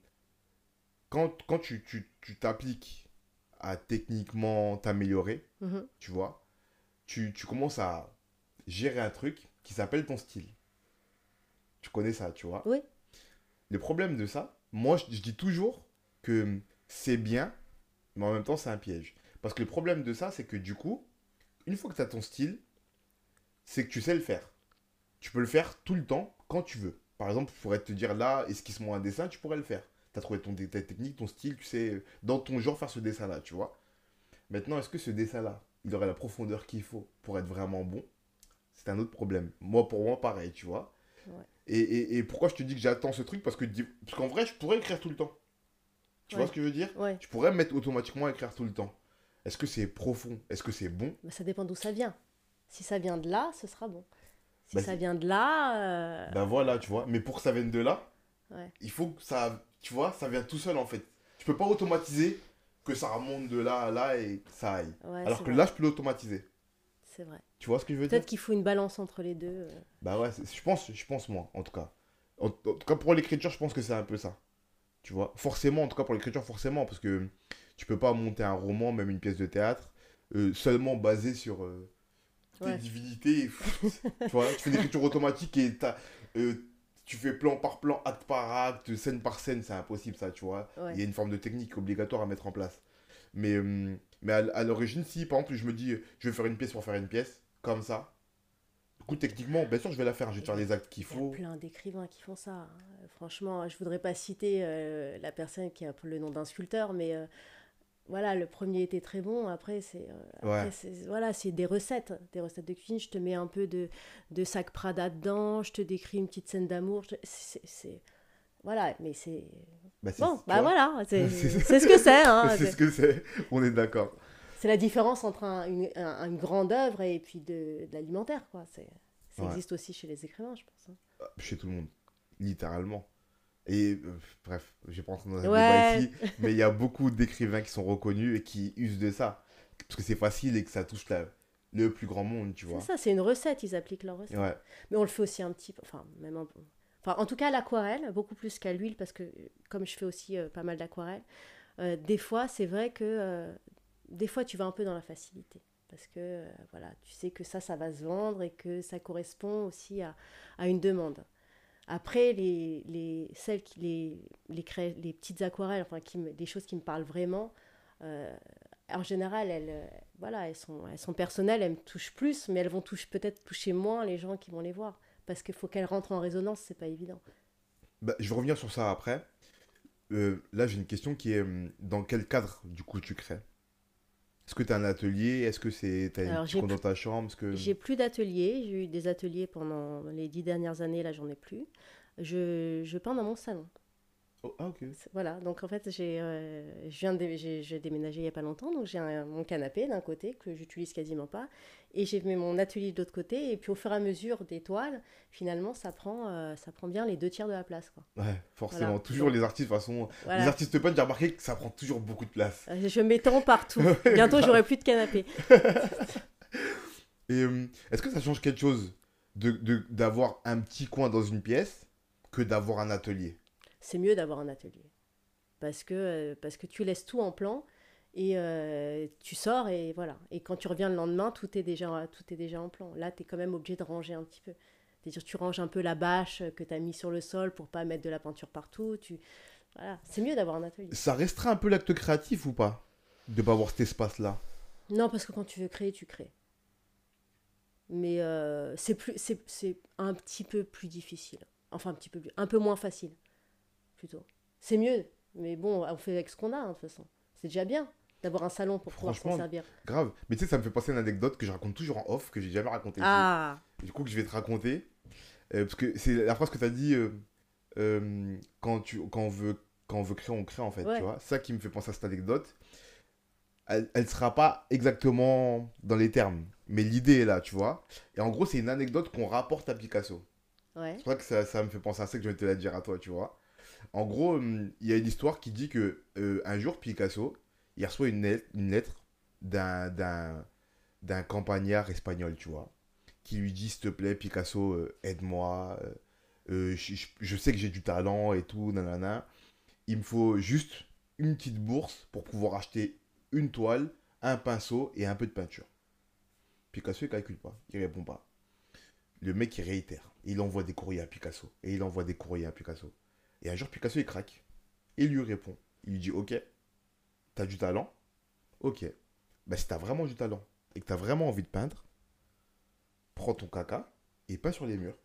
quand tu t'appliques à techniquement t'améliorer, Mhm. tu vois, tu commences à gérer un truc qui s'appelle ton style. Tu connais ça, tu vois. Oui, Le problème de ça, moi, je dis toujours que c'est bien, mais en même temps, c'est un piège. Parce que le problème de ça, c'est que du coup, une fois que tu as ton style, c'est que tu sais le faire. Tu peux le faire tout le temps, quand tu veux. Par exemple, je pourrais te dire là, esquisse-moi un dessin, tu pourrais le faire. Tu as trouvé ta technique, ton style, tu sais, dans ton genre, faire ce dessin-là, tu vois. Maintenant, est-ce que ce dessin-là, il aurait la profondeur qu'il faut pour être vraiment bon? C'est un autre problème. Moi, pour moi, pareil, tu vois. ouais, Et pourquoi je te dis que j'attends ce truc? Parce qu'en vrai, je pourrais écrire tout le temps. Tu vois ouais, ce que je veux dire? ouais. Je pourrais me mettre automatiquement à écrire tout le temps. Est-ce que c'est profond? Est-ce que c'est bon? Mais ça dépend d'où ça vient. Si ça vient de là, ce sera bon. Si Bah, ça vient de là, ben voilà, tu vois. Mais pour que ça vienne de là, ouais, il faut que ça, tu vois, ça vient tout seul en fait. Tu peux pas automatiser que ça remonte de là à là et que ça aille. ouais, Alors c'est que vrai, là, je peux l'automatiser. c'est vrai. Tu vois ce que je veux dire? Peut-être qu'il faut une balance entre les deux. Bah ouais, je pense moi, en tout cas. En tout cas, pour l'écriture, je pense que c'est un peu ça. Tu vois? Forcément, en tout cas pour l'écriture, forcément, parce que tu peux pas monter un roman, même une pièce de théâtre, seulement basé sur tes Ouais, divinités. Tu vois? Tu fais une écriture automatique et euh, tu fais plan par plan, acte par acte, scène par scène, c'est impossible ça, tu vois? Il ouais. y a une forme de technique obligatoire à mettre en place. Mais à l'origine, si par exemple je me dis, je vais faire une pièce pour faire une pièce, comme ça, du coup, techniquement, bien sûr, je vais la faire, je vais Il faire y a, les actes qu'il il y a faut. plein d'écrivains qui font ça, hein. Franchement, je voudrais pas citer la personne qui a le nom d'un sculpteur, mais voilà, le premier était très bon. Ouais, Voilà, c'est des recettes de cuisine. Je te mets un peu de sac Prada dedans, je te décris une petite scène d'amour. Voilà, mais c'est bah bon, tu bah vois, voilà, c'est c'est ce que c'est, hein. c'est ce que c'est, on est d'accord. C'est la différence entre une grande œuvre et puis de l'alimentaire, quoi. Ça Ouais, existe aussi chez les écrivains, je pense, hein. chez tout le monde, littéralement. Et bref, je vais pas rentrer dans un débat Ouais, ici, mais il y a beaucoup d'écrivains qui sont reconnus et qui usent de ça. Parce que c'est facile et que ça touche le plus grand monde, tu c'est vois. ça, c'est une recette, ils appliquent leur recette. Ouais, Mais on le fait aussi un petit peu, enfin, même un peu. Enfin, en tout cas, à l'aquarelle, beaucoup plus qu'à l'huile, parce que comme je fais aussi pas mal d'aquarelle, des fois, c'est vrai que des fois, tu vas un peu dans la facilité. Parce que voilà, tu sais que ça va se vendre et que ça correspond aussi à une demande. Après, celles les petites aquarelles, enfin, des choses qui me parlent vraiment, euh, en général, voilà, elles sont personnelles, elles me touchent plus, mais elles vont peut-être toucher moins les gens qui vont les voir. Parce qu'il faut qu'elles rentrent en résonance, c'est pas évident. bah, je vais revenir sur ça après. Là, j'ai une question qui est dans quel cadre, du coup, tu crées? Est-ce que tu as un atelier? Est-ce que t'as une Alors, petite coin dans ta chambre? j'ai plus d'ateliers. J'ai eu des ateliers pendant les 10 dernières années, là, j'en ai plus. Je peins dans mon salon. Oh, ah, ok. Voilà, donc en fait, j'ai déménagé il y a pas longtemps, donc j'ai mon canapé d'un côté que j'utilise quasiment pas, et j'ai mis mon atelier de l'autre côté, et puis au fur et à mesure des toiles, finalement, ça prend bien les 2 tiers de la place, quoi. Ouais, forcément. Voilà, Toujours donc les artistes, de toute façon, les voilà. artistes peintres, j'ai remarqué que ça prend toujours beaucoup de place. Je m'étends partout. Ouais, Bientôt, grave. j'aurai plus de canapé. Et est-ce que ça change quelque chose d'avoir un petit coin dans une pièce que d'avoir un atelier? C'est mieux d'avoir un atelier, parce que tu laisses tout en plan, Et tu sors et voilà. Et quand tu reviens le lendemain, tout est déjà en plan. Là, tu es quand même obligé de ranger un petit peu. C'est-à-dire, tu ranges un peu la bâche que tu as mis sur le sol pour pas mettre de la peinture partout. Voilà. C'est mieux d'avoir un atelier. Ça restera un peu l'acte créatif ou pas? De pas avoir cet espace-là. Non, parce que quand tu veux créer, tu crées. Mais c'est un petit peu plus difficile. Enfin, un peu moins facile, plutôt. C'est mieux. Mais bon, on fait avec ce qu'on a, hein, de toute façon. C'est déjà bien d'avoir un salon pour pouvoir s'en Franchement, servir. grave. Mais tu sais, ça me fait penser à une anecdote que je raconte toujours en off, que j'ai jamais raconté ici. Ah, Du coup, que je vais te raconter. Parce que c'est la phrase que tu as dit, quand on veut créer, on crée en fait, tu ouais, vois. Ça qui me fait penser à cette anecdote. Elle sera pas exactement dans les termes, mais l'idée est là, tu vois. Et en gros, c'est une anecdote qu'on rapporte à Picasso. ouais, C'est pour ça que ça me fait penser à ça que je vais te la dire à toi, tu vois. En gros, il y a une histoire qui dit que un jour, Picasso, il reçoit une lettre d'un campagnard espagnol, tu vois, qui lui dit, s'il te plaît, Picasso, aide-moi, je sais que j'ai du talent et tout, nanana. Il me faut juste une petite bourse pour pouvoir acheter une toile, un pinceau et un peu de peinture. Picasso, il calcule pas, il répond pas. Le mec, il réitère. Il envoie des courriers à Picasso. Et il envoie des courriers à Picasso. Et un jour, Picasso, il craque. Il lui répond. Il lui dit, ok, t'as du talent. Ok. Bah, si t'as vraiment du talent et que t'as vraiment envie de peindre, prends ton caca et peins sur les murs.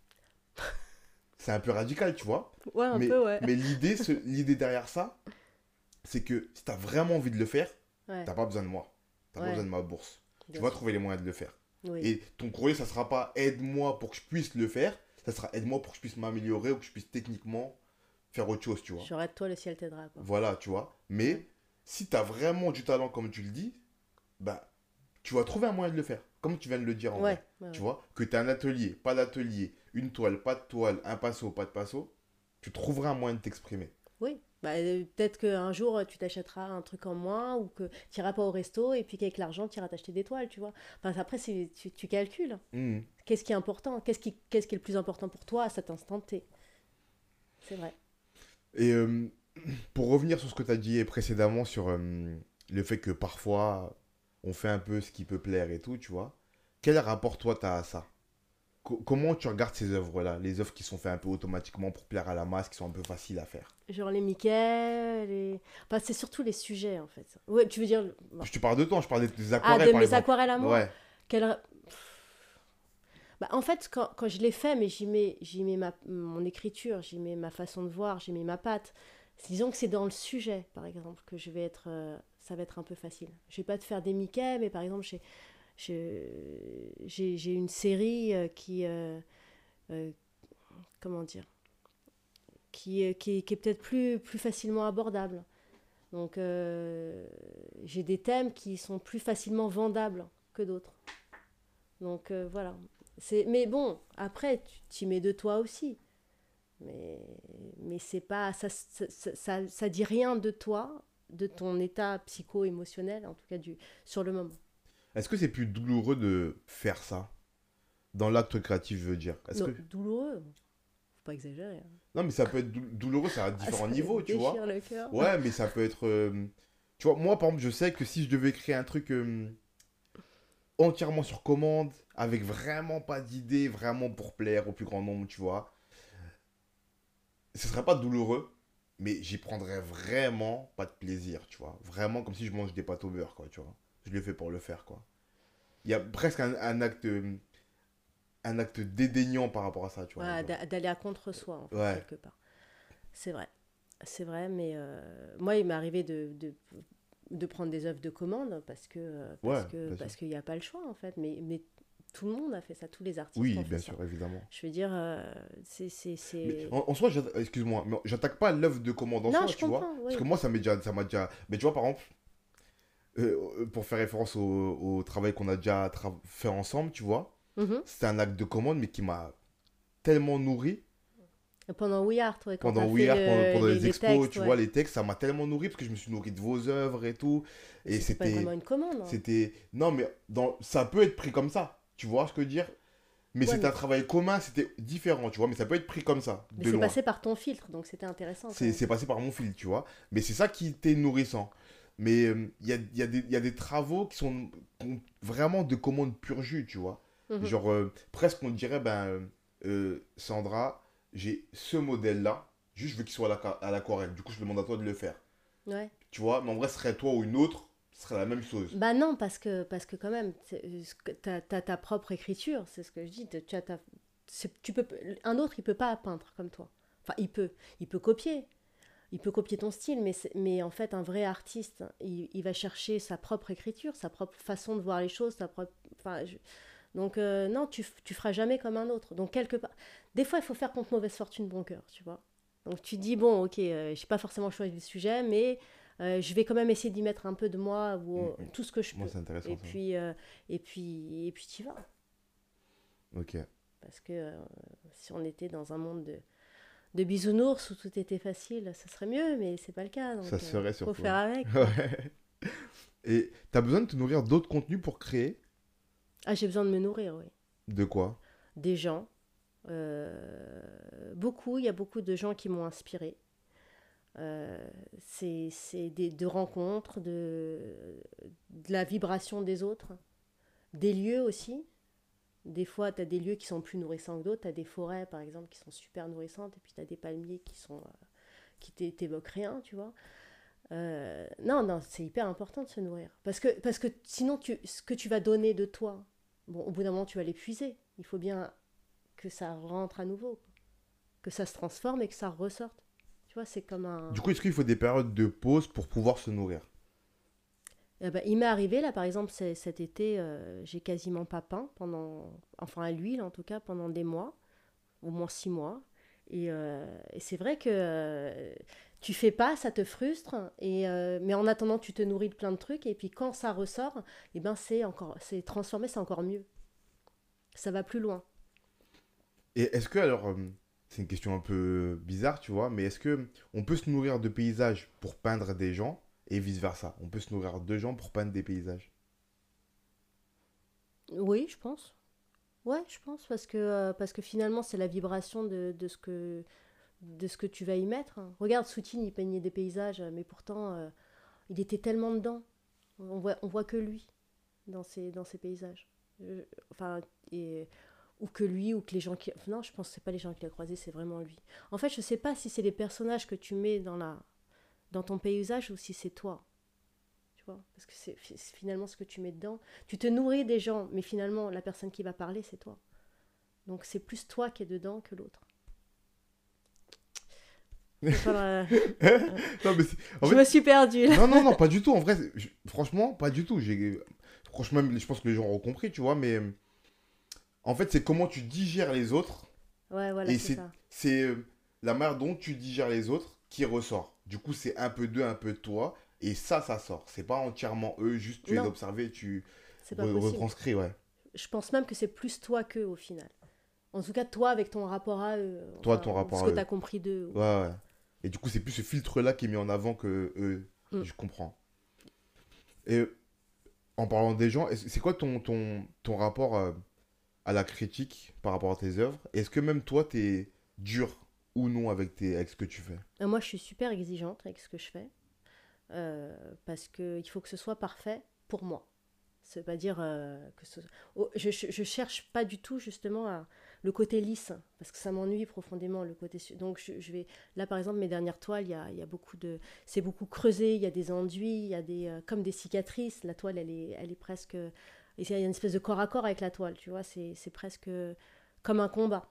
C'est un peu radical, tu vois. ouais, un Mais, peu, ouais. mais l'idée derrière ça, c'est que si t'as vraiment envie de le faire, Ouais, t'as pas besoin de moi. T'as pas ouais, besoin de ma bourse. Tu bien vas sûr. trouver les moyens de le faire. Oui, Et ton courrier, ça sera pas aide-moi pour que je puisse le faire. Ça sera aide-moi pour que je puisse m'améliorer ou que je puisse techniquement faire autre chose, tu vois. j'aurais de toi, le ciel t'aidera, quoi. Voilà, tu vois. Ouais, Mais si t'as vraiment du talent, comme tu le dis, bah, tu vas trouver un moyen de le faire. Comme tu viens de le dire en ouais, vrai. ouais, Tu ouais. vois, que t'as un atelier, pas d'atelier, une toile, pas de toile, un pinceau, pas de pinceau, tu trouveras un moyen de t'exprimer. Oui, bah, peut-être qu'un jour, tu t'achèteras un truc en moins ou que tu iras pas au resto et puis qu'avec l'argent, tu iras t'acheter des toiles, tu vois. Enfin, après, tu calcules. Mhm. Qu'est-ce qui est important? Qu'est-ce qui est le plus important pour toi à cet instant T? C'est vrai. Et pour revenir sur ce que tu as dit précédemment sur le fait que parfois on fait un peu ce qui peut plaire et tout, tu vois. Quel rapport toi tu as à ça? Comment tu regardes ces œuvres-là, les œuvres qui sont faites un peu automatiquement pour plaire à la masse, qui sont un peu faciles à faire? Genre les Mickey, Enfin, c'est surtout les sujets, en fait. Ouais, tu veux dire... bon. Je te parle de toi, je parle des Ah, aquarelles de par mes exemple. aquarelles à moi. Ouais. Quelle... Bah, en fait, quand je les fais, mais j'y mets mon écriture, j'y mets ma façon de voir, j'y mets ma patte. Disons que c'est dans le sujet, par exemple, que je vais être, ça va être un peu facile. Je vais pas te faire des Mickey, mais par exemple, j'ai une série euh, comment dire, qui est peut-être plus facilement abordable. Donc, j'ai des thèmes qui sont plus facilement vendables que d'autres. Donc, voilà. Mais bon, après, tu y mets de toi aussi. Mais, mais c'est pas, ça dit rien de toi, de ton état psycho-émotionnel, en tout cas sur le moment. Est-ce que c'est plus douloureux de faire ça dans l'acte créatif, je veux dire? Est-ce Non, que douloureux, faut pas exagérer, hein. non, mais ça peut être douloureux, ça à Ah, différents ça niveaux, tu vois. déchire le cœur. Ouais, mais ça peut être tu vois, moi par exemple, je sais que si je devais créer un truc entièrement sur commande, avec vraiment pas d'idée, vraiment pour plaire au plus grand nombre, tu vois, ce serait pas douloureux, mais j'y prendrais vraiment pas de plaisir, tu vois. Vraiment comme si je mange des pâtes au beurre, quoi, tu vois. Je le fais pour le faire, quoi. Il y a presque un acte dédaignant par rapport à ça, tu vois. Voilà, Genre. d'aller à contre-soi, en fait, Ouais, quelque part. C'est vrai. C'est vrai, mais moi, il m'est arrivé de prendre des œuvres de commande ouais, bien sûr. parce qu'il n'y a pas le choix, en fait. Mais tout le monde a fait ça, tous les artistes Oui, ont fait bien ça. sûr, évidemment. Je veux dire, Mais c'est... en soi, excuse-moi, mais j'attaque pas l'œuvre de commande en Non, soi, je tu vois. comprends, Parce que oui. moi, ça m'a déjà. Mais tu vois, par exemple, pour faire référence au travail qu'on a déjà fait ensemble, tu vois, Mhm. c'était un acte de commande, mais qui m'a tellement nourri Pendant We Art, ouais, quand tu pendant as We fait Art, pendant les les expos, textes, tu vois, ouais. les textes, ça m'a tellement nourri parce que je me suis nourri de vos œuvres et tout. Mais Et c'était pas vraiment une commande, hein. non, mais ça peut être pris comme ça, tu vois ce que je veux dire? Mais Ouais, c'était un travail commun, c'était différent, tu vois, mais ça peut être pris comme ça, mais de c'est loin. passé par ton filtre, donc c'était intéressant quand même. C'est passé par mon fil, tu vois. Mais c'est ça qui était nourrissant. Mais il y a des travaux qui ont vraiment de commandes pur jus, tu vois. Mhm. Genre, presque on dirait, Sandra, j'ai ce modèle-là, juste je veux qu'il soit à l'aquarelle. Du coup, je demande à toi de le faire. Ouais. Tu vois, mais en vrai, ce serait toi ou une autre, ce serait la même chose. Bah non, parce que quand même, t'as ta propre écriture, c'est ce que je dis. Tu as tu peux, un autre, il peut pas peindre comme toi. Enfin, il peut copier. Il peut copier ton style, mais en fait, un vrai artiste, il va chercher sa propre écriture, sa propre façon de voir les choses, sa propre. Enfin, donc, non, tu feras jamais comme un autre. Donc, quelque part. Des fois, il faut faire contre mauvaise fortune bon cœur, tu vois. Donc, tu dis, bon, ok, j'ai pas forcément choisi le sujet, mais je vais quand même essayer d'y mettre un peu de moi ou Mm, mm. tout ce que je Moi, peux. c'est intéressant Et ça. puis, tu y vas. Ok, Parce que si on était dans un monde de bisounours où tout était facile, ça serait mieux, mais c'est pas le cas. ça Donc, serait faut surtout. faire avec, quoi. Ouais. Et t'as besoin de te nourrir d'autres contenus pour créer? Ah, j'ai besoin de me nourrir, oui. De quoi? Des gens. Beaucoup, il y a beaucoup de gens qui m'ont inspiré. C'est de rencontres, de la vibration des autres, des lieux aussi. Des fois, tu as des lieux qui sont plus nourrissants que d'autres. Tu as des forêts, par exemple, qui sont super nourrissantes, et puis tu as des palmiers qui t'évoquent rien, tu vois. Non, non, c'est hyper important de se nourrir. Parce que sinon, ce que tu vas donner de toi, bon, au bout d'un moment, tu vas l'épuiser. Il faut bien que ça rentre à nouveau, quoi. Que ça se transforme et que ça ressorte. Tu vois, c'est comme Du un. coup, est-ce qu'il faut des périodes de pause pour pouvoir se nourrir? Eh ben, il m'est arrivé, là, par exemple, cet été, j'ai quasiment pas peint pendant. Enfin, à l'huile, en tout cas, pendant des mois, au moins 6 mois. Et c'est vrai que tu fais pas, ça te frustre. Mais en attendant, tu te nourris de plein de trucs. Et puis quand ça ressort, eh ben, c'est transformé, c'est encore mieux. Ça va plus loin. Et est-ce que, alors, c'est une question un peu bizarre, tu vois, mais est-ce que on peut se nourrir de paysages pour peindre des gens et vice-versa? On peut se nourrir de gens pour peindre des paysages. Oui, je pense. Ouais, je pense, parce que finalement, c'est la vibration de ce que tu vas y mettre, hein. Regarde, Soutine, il peignait des paysages, mais pourtant, il était tellement dedans. On voit que lui dans ses paysages. Je- enfin, et, ou que lui, ou que les gens qui. Non, je pense que c'est pas les gens qui l'ont croisé, c'est vraiment lui. En fait, je sais pas si c'est les personnages que tu mets dans ton paysage ou si c'est toi. Tu vois, parce que c'est finalement ce que tu mets dedans. Tu te nourris des gens, mais finalement, la personne qui va parler, c'est toi. Donc c'est plus toi qui es dedans que l'autre. Il va falloir, Non, mais en je fait, me suis perdue là. non, non, non, pas du tout. En vrai, franchement, pas du tout. Franchement, je pense que les gens ont compris, tu vois, mais en fait, c'est comment tu digères les autres Ouais, voilà, et c'est ça. c'est la manière dont tu digères les autres qui ressort. Du coup, c'est un peu d'eux, un peu de toi, et ça sort. C'est pas entièrement eux, juste tu les Non, observes, et tu c'est pas possible. retranscris, ouais. Je pense même que c'est plus toi qu'eux au final. En tout cas, toi avec ton rapport à eux, Toi, enfin, ton ou ce rapport à que tu eux. as compris d'eux. Ouais, ouais. Et du coup, c'est plus ce filtre-là qui est mis en avant que eux. Mm. Je comprends. Et en parlant des gens, c'est quoi ton rapport à la critique par rapport à tes œuvres? Est-ce que même toi, t'es dur ou non avec ce que tu fais? Moi, je suis super exigeante avec ce que je fais parce qu'il faut que ce soit parfait pour moi. Ça veut pas dire que ce... Oh, je cherche pas du tout justement le côté lisse, parce que ça m'ennuie profondément le côté... Donc je vais... Là par exemple mes dernières toiles, il y a beaucoup de... C'est beaucoup creusé, il y a des enduits, il y a comme des cicatrices, la toile elle est presque... Et il y a une espèce de corps à corps avec la toile, tu vois, c'est presque comme un combat.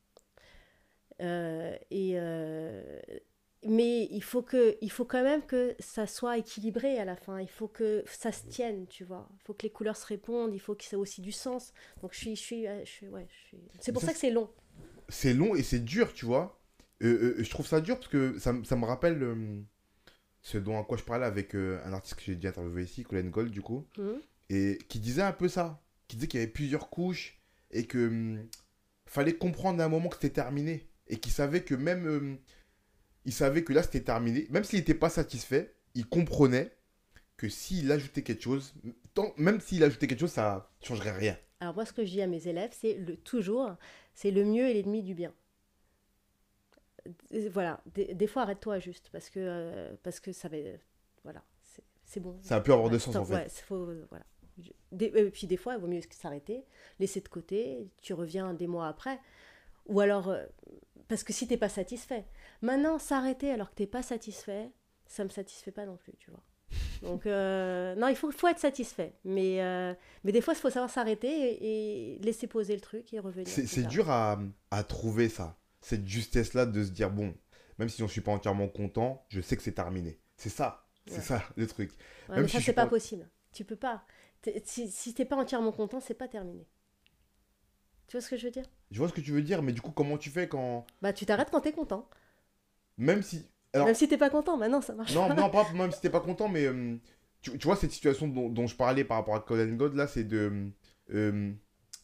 Euh, et, euh, mais il faut quand même que ça soit équilibré à la fin. Il faut que ça se tienne, tu vois. Il faut que les couleurs se répondent. Il faut que ça ait aussi du sens. Donc ouais, c'est Mais pour ça, ça que c'est long. c'est long et c'est dur, tu vois. Je trouve ça dur parce que ça me rappelle ce dont à quoi je parlais avec un artiste que j'ai déjà interviewé ici, Colin Gold, du coup, Mhm. et qui disait un peu ça. Qui disait qu'il y avait plusieurs couches et que fallait comprendre à un moment que c'était terminé. Et qu'il savait que même il savait que là c'était terminé. Même s'il n'était pas satisfait, il comprenait que s'il ajoutait quelque chose, même s'il ajoutait quelque chose, ça changerait rien. Alors moi, ce que je dis à mes élèves, toujours, c'est le mieux est l'ennemi du bien. Voilà, des fois arrête-toi juste parce que ça va, voilà, c'est bon. Ça a pu avoir Ouais, de sens en stop, fait. ouais, faut, voilà. Puis des fois, il vaut mieux s'arrêter, laisser de côté, tu reviens des mois après. Ou alors, parce que si t'es pas satisfait. Maintenant, s'arrêter alors que t'es pas satisfait, ça me satisfait pas non plus, tu vois. Donc, non, faut être satisfait. Mais des fois, il faut savoir s'arrêter et laisser poser le truc et revenir plus C'est tard. dur à trouver ça, cette justesse-là de se dire, bon, même si j'en suis pas entièrement content, je sais que c'est terminé. C'est Ouais. ça le truc. Ouais, Même mais si ça, je suis c'est pas pas... possible. Tu peux pas. Si t'es pas entièrement content, c'est pas terminé. Tu vois ce que je veux dire? Je vois ce que tu veux dire, mais du coup, comment tu fais quand... Bah, tu t'arrêtes quand t'es content. Même si... Même Alors, si t'es pas content, bah non, ça marche non, pas. non, pas même si t'es pas content, mais tu vois cette situation dont je parlais par rapport à Colin God, là, c'est de... euh,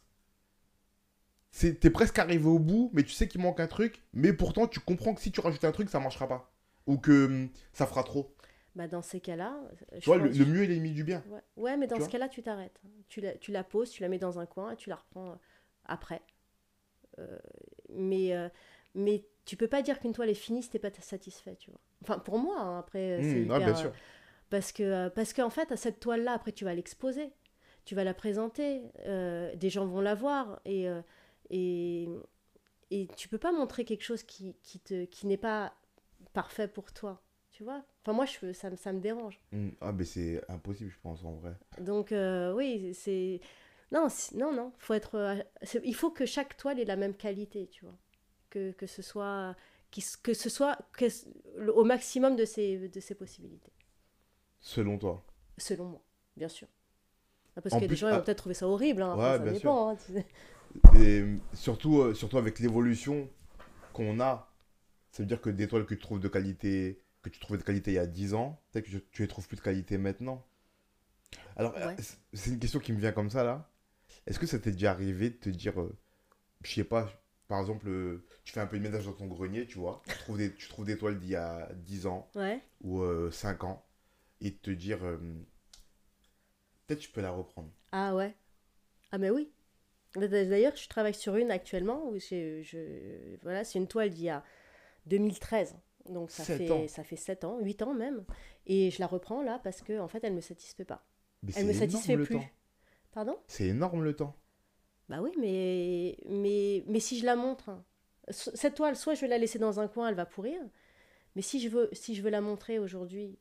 t'es presque arrivé au bout, mais tu sais qu'il manque un truc, mais pourtant tu comprends que si tu rajoutes un truc, ça marchera pas. Ou que ça fera trop. Bah, dans ces cas-là, Tu vois, le mieux est l'ennemi du bien. ouais. Ouais, mais dans Tu ce vois. cas-là, tu t'arrêtes. Tu la poses, tu la mets dans un coin et tu la reprends après. Euh, mais, euh, mais tu peux pas dire qu'une toile est finie si t'es pas satisfait, tu vois. Enfin, pour moi, hein, après, c'est Ouais, bien hyper. sûr. Parce qu'en fait, à cette toile-là, après, tu vas l'exposer, tu vas la présenter, des gens vont la voir et, et tu peux pas montrer quelque chose qui n'est pas parfait pour toi, tu vois. Enfin, moi, ça me dérange. Ah, mais c'est impossible, je pense, en vrai. Donc, oui, c'est. Non, non, non, faut être. Il faut que chaque toile ait la même qualité, tu vois. Que ce soit. Que ce soit au maximum de ses possibilités, Selon toi. selon moi, bien sûr. Ah, parce En qu'il y a des plus, gens qui vont ah, peut-être trouver ça horrible, hein, après ouais, ça bien sûr. dépend. Hein, tu sais. Et surtout avec l'évolution qu'on a, ça veut dire que des toiles que tu trouves de qualité, que tu trouvais de qualité il y a 10 ans, peut-être que tu les trouves plus de qualité maintenant. Alors, Ouais. c'est une question qui me vient comme ça là. Est-ce que ça t'est déjà arrivé de te dire, je sais pas, par exemple, tu fais un peu de ménage dans ton grenier, tu vois, tu trouves des toiles d'il y a 10 ans Ouais. ou 5 ans, et de te dire, peut-être je peux la reprendre. Ah ouais. Ah mais oui. D'ailleurs, je travaille sur une actuellement où voilà, c'est une toile d'il y a 2013. Donc 7 ans. ça fait 7 ans, 8 ans même. Et je la reprends là parce que en fait, elle me satisfait pas. Mais Elle c'est me énorme satisfait le temps. plus. Pardon? C'est énorme le temps. Bah oui, mais si je la montre, hein, cette toile, soit je vais la laisser dans un coin, elle va pourrir. Mais si je veux la montrer aujourd'hui,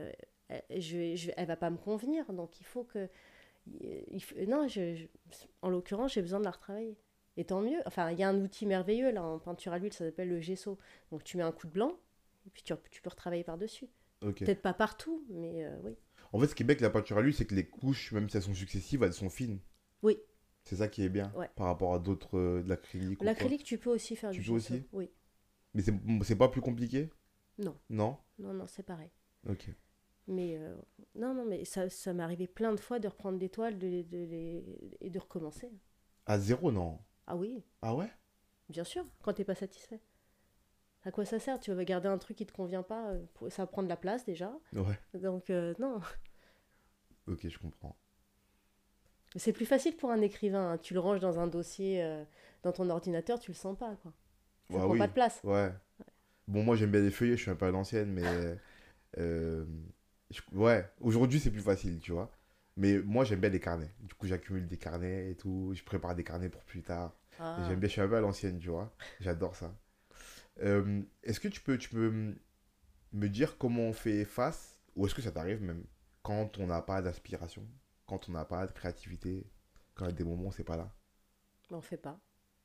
elle va pas me convenir. Donc il faut que non, en l'occurrence, j'ai besoin de la retravailler. Et tant mieux. Enfin, il y a un outil merveilleux là en peinture à l'huile, ça s'appelle le gesso. Donc tu mets un coup de blanc et puis tu peux retravailler par-dessus. Ok. Peut-être pas partout, mais oui. En fait, ce qui est bien avec la peinture à l'huile, c'est que les couches, même si elles sont successives, elles sont fines. Oui, C'est ça qui est bien ouais. par rapport à d'autres, de l'acrylique ou quoi. L'acrylique, tu peux aussi faire Tu du peux gesso. aussi. Oui. Mais c'est pas plus compliqué. Non, Non. non, non, c'est pareil. Ok. Mais non, non, mais ça m'est arrivé plein de fois de reprendre des toiles et de recommencer. À zéro, non. Ah oui, Ah ouais. bien sûr, quand t'es pas satisfait. À quoi ça sert? Tu vas garder un truc qui te convient pas, ça va prendre de la place déjà. Ouais. Donc non, Ok, je comprends. c'est plus facile pour un écrivain, hein. Tu le ranges dans un dossier dans ton ordinateur, tu le sens pas, quoi. Ça Ouais, prend pas oui. de place. Ouais. Bon, moi j'aime bien les feuillets, je suis un peu à l'ancienne, mais euh, ouais, aujourd'hui c'est plus facile, tu vois. Mais moi j'aime bien les carnets. Du coup, j'accumule des carnets et tout. Je prépare des carnets pour plus tard. Et j'aime Ah, bien, je suis un peu à l'ancienne, tu vois. J'adore ça. Est-ce que tu peux me dire comment on fait face, ou est-ce que ça t'arrive même, quand on n'a pas d'inspiration, quand on n'a pas de créativité, quand il y a des moments où c'est pas là. mais on fait pas.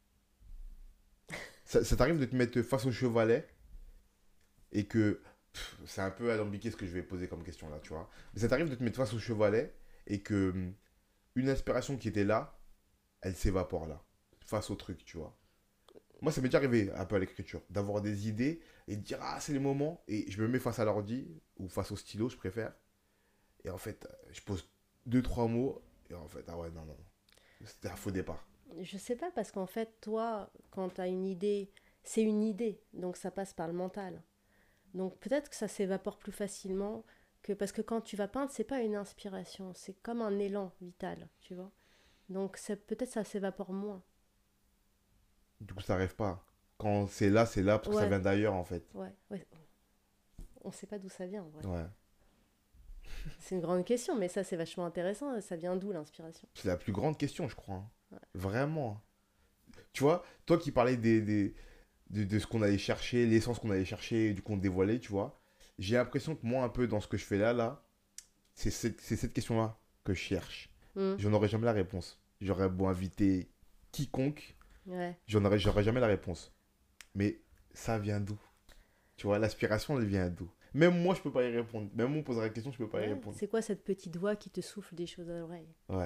Ça t'arrive de te mettre face au chevalet et que c'est un peu alambiqué ce que je vais poser comme question là, tu vois. Mais ça t'arrive de te mettre face au chevalet et que une inspiration qui était là, elle s'évapore là, face au truc, tu vois. Moi, ça m'est déjà arrivé un peu à l'écriture, d'avoir des idées et de dire ah, c'est le moment, et je me mets face à l'ordi ou face au stylo, je préfère. Et en fait, je pose deux, trois mots, et en fait, ah ouais, non, non, non. C'était un faux départ. Je sais pas parce qu'en fait, toi, quand tu as une idée, c'est une idée, donc ça passe par le mental. Donc peut-être que ça s'évapore plus facilement que parce que quand tu vas peindre, c'est pas une inspiration, c'est comme un élan vital, tu vois. Donc peut-être ça s'évapore moins. Du coup, ça rêve pas. Quand c'est là, parce que ça Ouais, vient d'ailleurs, en fait. ouais, ouais. On sait pas d'où ça vient en vrai. Ouais. C'est une grande question, mais ça, c'est vachement intéressant. Ça vient d'où l'inspiration? C'est la plus grande question, je crois, hein. Ouais. Vraiment. Tu vois, toi qui parlais de ce qu'on allait chercher, l'essence qu'on allait chercher, et du qu'on dévoilait, tu vois, j'ai l'impression que moi, un peu dans ce que je fais là, c'est cette question-là que je cherche. Hmm. Je n'aurai jamais la réponse. J'aurais beau inviter quiconque, Ouais. j'aurais jamais la réponse. Mais ça vient d'où? Tu vois, l'aspiration, elle vient d'où? Même moi, je peux pas y répondre. Même moi, on poserait la question, je peux pas y Ouais. répondre. C'est quoi cette petite voix qui te souffle des choses à l'oreille? Ouais,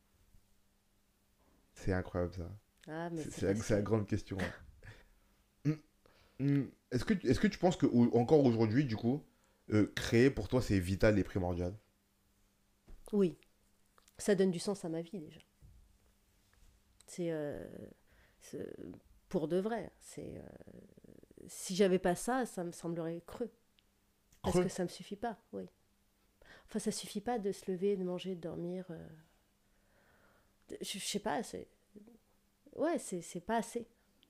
c'est incroyable ça. Ah, mais c'est parce C'est que... la grande question. Ouais. Est-ce que tu penses que encore aujourd'hui, du coup, créer pour toi, c'est vital et primordial? Oui, ça donne du sens à ma vie déjà. C'est c'est- pour de vrai. Si j'avais pas ça, ça me semblerait creux. Parce que Creux. ça me suffit pas, oui. Enfin, ça suffit pas de se lever, de manger, de dormir. Je sais pas, ouais, c'est pas assez.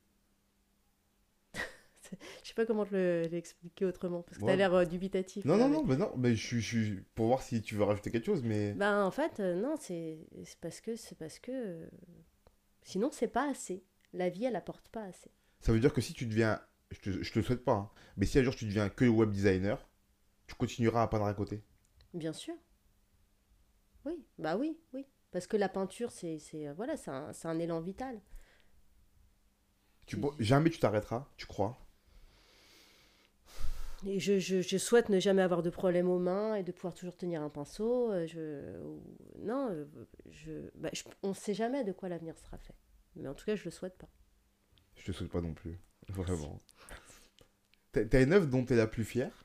Je sais pas comment l'expliquer autrement, parce que t'as Ouais. l'air dubitatif Non, là, non, mais... non, mais non, mais pour voir si tu veux rajouter quelque chose, mais Ben, en fait, non, c'est parce que sinon, c'est pas assez. La vie, elle apporte pas assez. ça veut dire que si tu deviens, je te le souhaite pas, hein, mais si un jour tu deviens que web designer, tu continueras à peindre à côté. Bien sûr, oui, bah oui, oui. Parce que la peinture, voilà, c'est un élan vital. Tu- Jamais tu t'arrêteras, tu crois? Et je souhaite ne jamais avoir de problème aux mains et de pouvoir toujours tenir un pinceau. Non, on ne sait jamais de quoi l'avenir sera fait. Mais en tout cas, je le souhaite pas. Je te souhaite pas non plus, Merci. vraiment. T'as une œuvre dont t'es la plus fière?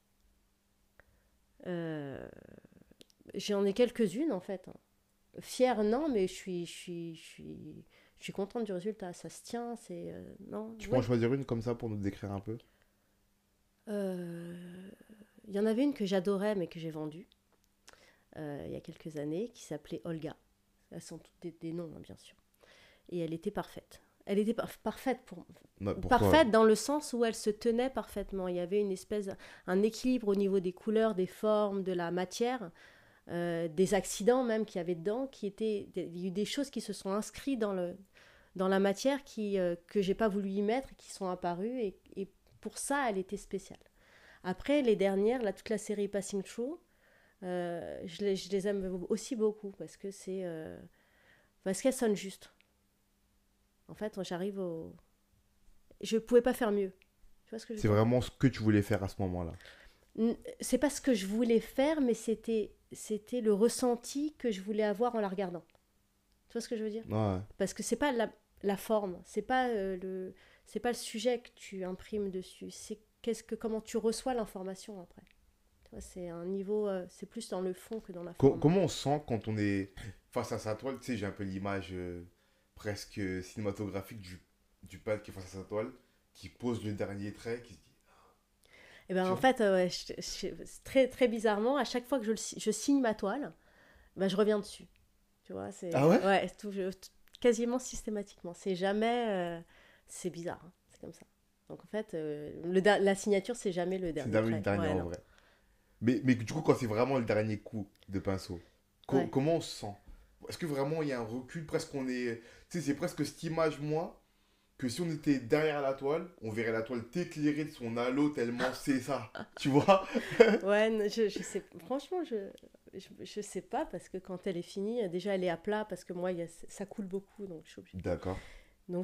Euh, J'en ai quelques-unes en fait, hein. Fière, non, mais je suis contente du résultat. Ça se tient, non, Tu peux en oui. choisir une comme ça pour nous décrire un peu? Euh, Il y en avait une que j'adorais, mais que j'ai vendue il y a quelques années, qui s'appelait Olga. Elles sont toutes des noms, hein, bien sûr. Et elle était parfaite. Elle était parfaite Non, pour toi. parfaite dans le sens où elle se tenait parfaitement. Il y avait un équilibre au niveau des couleurs, des formes, de la matière, des accidents même qu'il y avait dedans, il y a eu des choses qui se sont inscrites dans la matière que j'ai pas voulu y mettre, qui sont apparues et pour ça elle était spéciale. Après les dernières, toute la série Passing Through, je les aime aussi beaucoup parce qu'elles sonnent juste. En fait, je pouvais pas faire mieux. Tu vois ce que je veux C'est dire? vraiment ce que tu voulais faire à ce moment-là. C'est pas ce que je voulais faire, mais c'était le ressenti que je voulais avoir en la regardant. Tu vois ce que je veux dire? Ouais. Parce que c'est pas la forme, c'est pas le sujet que tu imprimes dessus, c'est comment tu reçois l'information après. Tu vois, c'est un niveau, c'est plus dans le fond que dans la forme. Comment on se sent quand on est face à sa toile? Tu sais, j'ai un peu l'image presque cinématographique du peintre qui est face à sa toile, qui pose le dernier trait, qui se dit, Et ben tu en vois? fait, ouais, très très bizarrement, à chaque fois que je signe ma toile, ben je reviens dessus. Tu vois, Ah ouais? ouais, quasiment systématiquement. C'est jamais, c'est bizarre, hein, c'est comme ça. Donc en fait, la signature, c'est jamais le C'est dernier jamais le trait. dernier Ouais, en non. vrai. Mais du coup, quand c'est vraiment le dernier coup de pinceau, Ouais. comment on se sent? Est-ce que vraiment il y a un recul? Presque on est. Tu sais, c'est presque cette image, moi, que si on était derrière la toile, on verrait la toile t'éclairer de son halo tellement c'est ça. Tu vois? Ouais, non, je sais, franchement, je sais pas parce que quand elle est finie, déjà elle est à plat parce que moi, ça coule beaucoup, donc je suis obligée. D'accord. Donc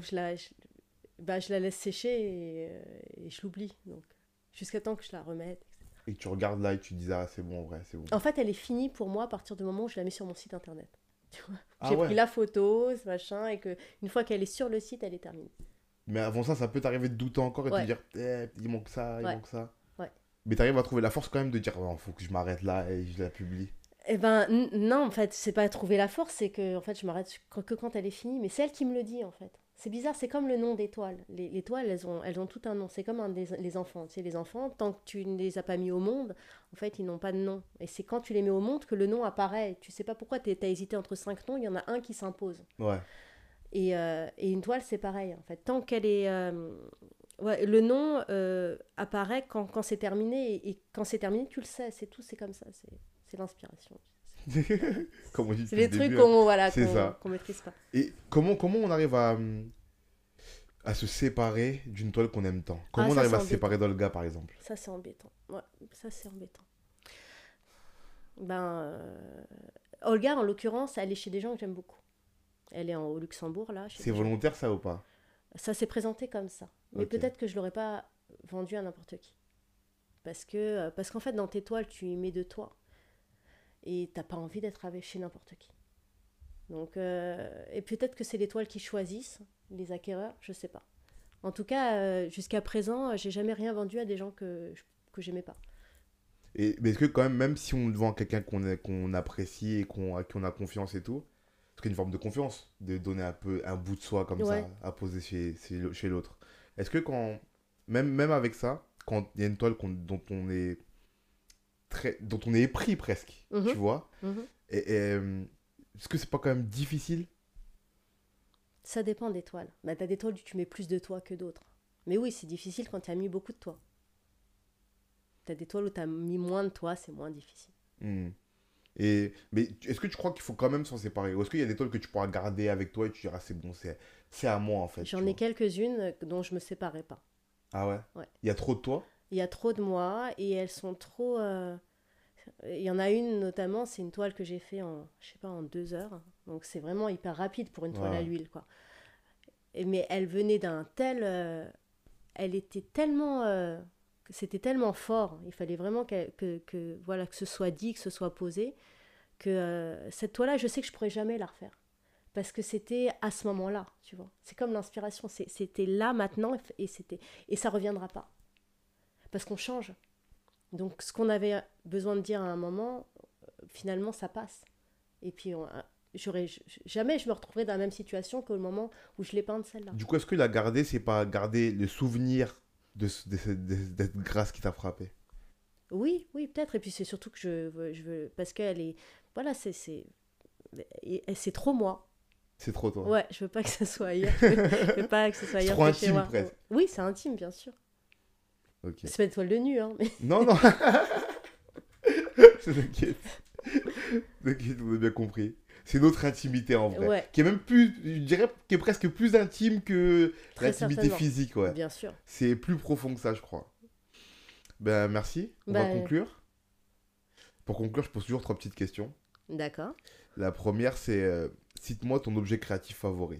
je la laisse sécher et je l'oublie. Donc jusqu'à temps que je la remette. Et que tu regardes là et tu te dis, ah, c'est bon, en vrai, c'est bon. En fait, elle est finie pour moi à partir du moment où je la mets sur mon site internet. Tu vois, Ah j'ai pris ouais. la photo, ce machin, et que une fois qu'elle est sur le site, elle est terminée. Mais avant ça peut t'arriver de douter encore et te Ouais, dire, il manque ça, il ouais, manque ça. ouais. Mais t'arrives à trouver la force quand même de dire, non, faut que je m'arrête là et je la publie. Eh ben non, en fait, c'est pas trouver la force, c'est que en fait, je m'arrête que quand elle est finie. Mais c'est elle qui me le dit en fait. C'est bizarre, c'est comme le nom des toiles. Les toiles, elles ont tout un nom. C'est comme les enfants. Tu sais, les enfants, tant que tu ne les as pas mis au monde, en fait, ils n'ont pas de nom. Et c'est quand tu les mets au monde que le nom apparaît. Tu sais pas pourquoi t'as hésité entre cinq noms, il y en a un qui s'impose. Ouais. Et une toile, c'est pareil, en fait. Tant qu'elle est... ouais, le nom apparaît quand c'est terminé. Et quand c'est terminé, tu le sais. C'est tout, c'est comme ça. C'est l'inspiration. Comme on dit C'est depuis les le trucs début, hein. voilà, C'est ça. qu'on maîtrise pas. Et comment on arrive à se séparer d'une toile qu'on aime tant? Ah, Comment on ça, arrive c'est à se séparer embêtant. d'Olga, par exemple? Ça, c'est embêtant. Ouais, ça, c'est embêtant. Ben, Olga, en l'occurrence, elle est chez des gens que j'aime beaucoup. Elle est au Luxembourg, là, chez C'est des gens. volontaire, ça, ou pas? Ça s'est présenté comme ça. Mais Ok. peut-être que je l'aurais pas vendu à n'importe qui. Parce qu'en fait, dans tes toiles, tu y mets de toi. Et t'as pas envie d'être avec chez n'importe qui. Donc, et peut-être que c'est les toiles qui choisissent, les acquéreurs, je sais pas. En tout cas, jusqu'à présent, j'ai jamais rien vendu à des gens que j'aimais pas. Mais est-ce que quand même, même si on le vend à quelqu'un qu'on apprécie et à qui on a confiance et tout, parce qu'il y a une forme de confiance, de donner un peu un bout de soi comme Ouais. ça, à poser chez l'autre. Est-ce que même avec ça, quand il y a une toile dont on est épris presque, Mhm, tu vois, mhm. est-ce que c'est pas quand même difficile? Ça dépend des toiles. Bah, t'as des toiles où tu mets plus de toi que d'autres. Mais oui, c'est difficile quand tu as mis beaucoup de toi. T'as des toiles où tu as mis moins de toi, c'est moins difficile. Hmm. Mais est-ce que tu crois qu'il faut quand même s'en séparer? Ou est-ce qu'il y a des toiles que tu pourras garder avec toi et tu diras c'est bon, c'est à moi en fait, tu J'en ai vois? quelques-unes dont je me séparais pas. Ah ouais? Ouais. Il y a trop de toi? Il y a trop de moi et elles sont trop. Il y en a une notamment, c'est une toile que j'ai fait en, je sais pas, en 2 heures. Donc c'est vraiment hyper rapide pour une toile à Ouais. l'huile, quoi. Mais elle venait d'un tel, elle était tellement, c'était tellement fort. Il fallait vraiment voilà, que ce soit dit, que ce soit posé, que cette toile-là, je sais que je pourrais jamais la refaire. Parce que c'était à ce moment-là, tu vois. C'est comme l'inspiration, c'était là, maintenant, et ça reviendra pas. Parce qu'on change. Donc ce qu'on avait besoin de dire à un moment, finalement, ça passe. Et puis, jamais je me retrouverai dans la même situation qu'au moment où je l'ai peinte celle-là. Du coup, est-ce que la garder, c'est pas garder le souvenir de cette grâce qui t'a frappé? Oui, oui, peut-être. Et puis c'est surtout que je veux parce qu'elle est, voilà, c'est trop moi. C'est trop toi. Ouais, je veux pas que ce soit ailleurs. Je veux pas que ce soit C'est ailleurs trop que chez intime moi. presque. Oui, c'est intime, bien sûr. Ok. C'est pas une toile de nu, hein. Mais... Non, non, t'inquiète. T'inquiète, on a bien compris. C'est notre intimité en vrai. Ouais, Qui est même plus, je dirais, qui est presque plus intime que très l'intimité certainement. physique, ouais. Bien sûr. C'est plus profond que ça, je crois. Ben, merci. On va Bah, conclure. Pour conclure, je pose toujours trois petites questions. d'accord. La première, c'est cite-moi ton objet créatif favori.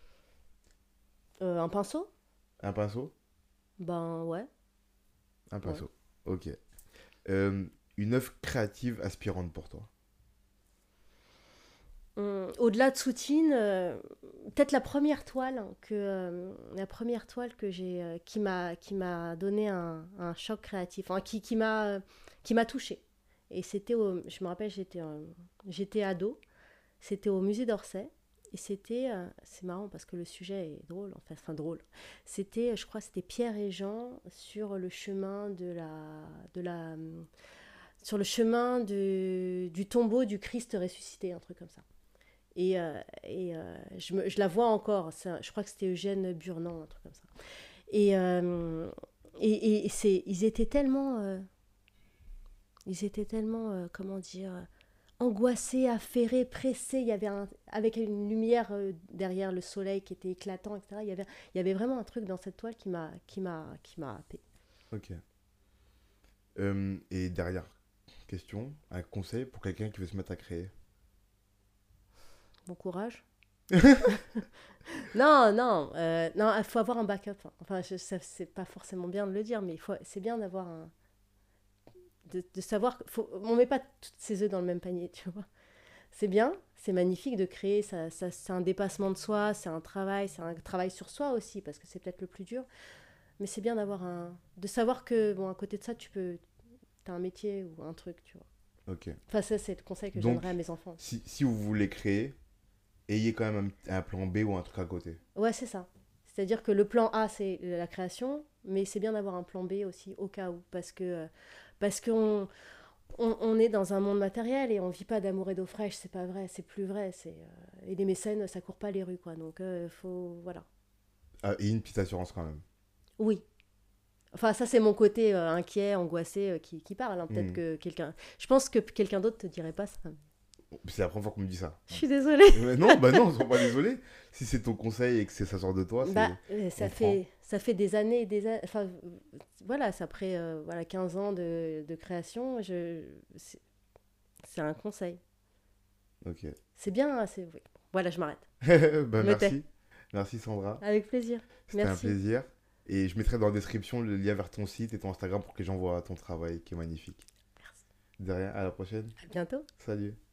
Un pinceau? Un pinceau? Ben ouais, Un ouais. pinceau. Ok. Euh, une œuvre créative aspirante pour toi. Au-delà de Soutine, peut-être la première toile que j'ai, qui m'a donné un choc créatif, enfin, qui m'a touchée. Et je me rappelle, j'étais ado, c'était au musée d'Orsay. Et c'est marrant parce que le sujet est drôle, enfin drôle. Je crois, c'était Pierre et Jean sur le chemin sur le chemin du tombeau du Christ ressuscité, un truc comme ça. Je la vois encore. Je crois que c'était Eugène Burnand, un truc comme ça. Et, euh, ils étaient tellement, comment dire, angoissés, affairés, pressés. Il y avait avec une lumière derrière le soleil qui était éclatant, etc. Il y avait vraiment un truc dans cette toile qui m'a happé. Ok. Et derrière, question, un conseil pour quelqu'un qui veut se mettre à créer. Bon courage. Non, non, non, il faut avoir un backup, hein. Enfin, c'est pas forcément bien de le dire, mais c'est bien d'avoir de savoir on met pas toutes ses œufs dans le même panier, tu vois. C'est bien, c'est magnifique de créer, c'est un dépassement de soi, c'est un travail sur soi aussi, parce que c'est peut-être le plus dur. Mais c'est bien de savoir que, bon, à côté de ça, t'as un métier ou un truc, tu vois. Ok. Enfin, ça, c'est le conseil que je Donc, donnerais à mes enfants. si vous voulez créer, ayez quand même un plan B ou un truc à côté. Ouais, c'est ça. C'est-à-dire que le plan A, c'est la création, mais c'est bien d'avoir un plan B aussi, au cas où. Parce qu'on on est dans un monde matériel et on vit pas d'amour et d'eau fraîche, c'est pas vrai, c'est plus vrai. Et les mécènes, ça court pas les rues, quoi. Donc, faut. Voilà. Ah, et une petite assurance quand même. Oui, Enfin, ça, c'est mon côté inquiet, angoissé qui parle, hein. Peut-être Hmm. que quelqu'un... Je pense que quelqu'un d'autre te dirait pas ça. C'est la première fois qu'on me dit ça. Je suis désolée. Non, bah non, sois pas désolé. Si c'est ton conseil et que ça sort de toi, Bah, c'est... on ça fait des années et des années... Enfin, voilà, c'est après voilà, 15 ans de création. C'est un conseil. Ok. C'est bien, c'est... oui. Voilà, je m'arrête. Bah Me tais. merci. Merci Sandra. Avec plaisir. C'était un Merci. plaisir. Et je mettrai dans la description le lien vers ton site et ton Instagram pour que les gens voient ton travail qui est magnifique. Merci. De rien, à la prochaine. À bientôt. Salut.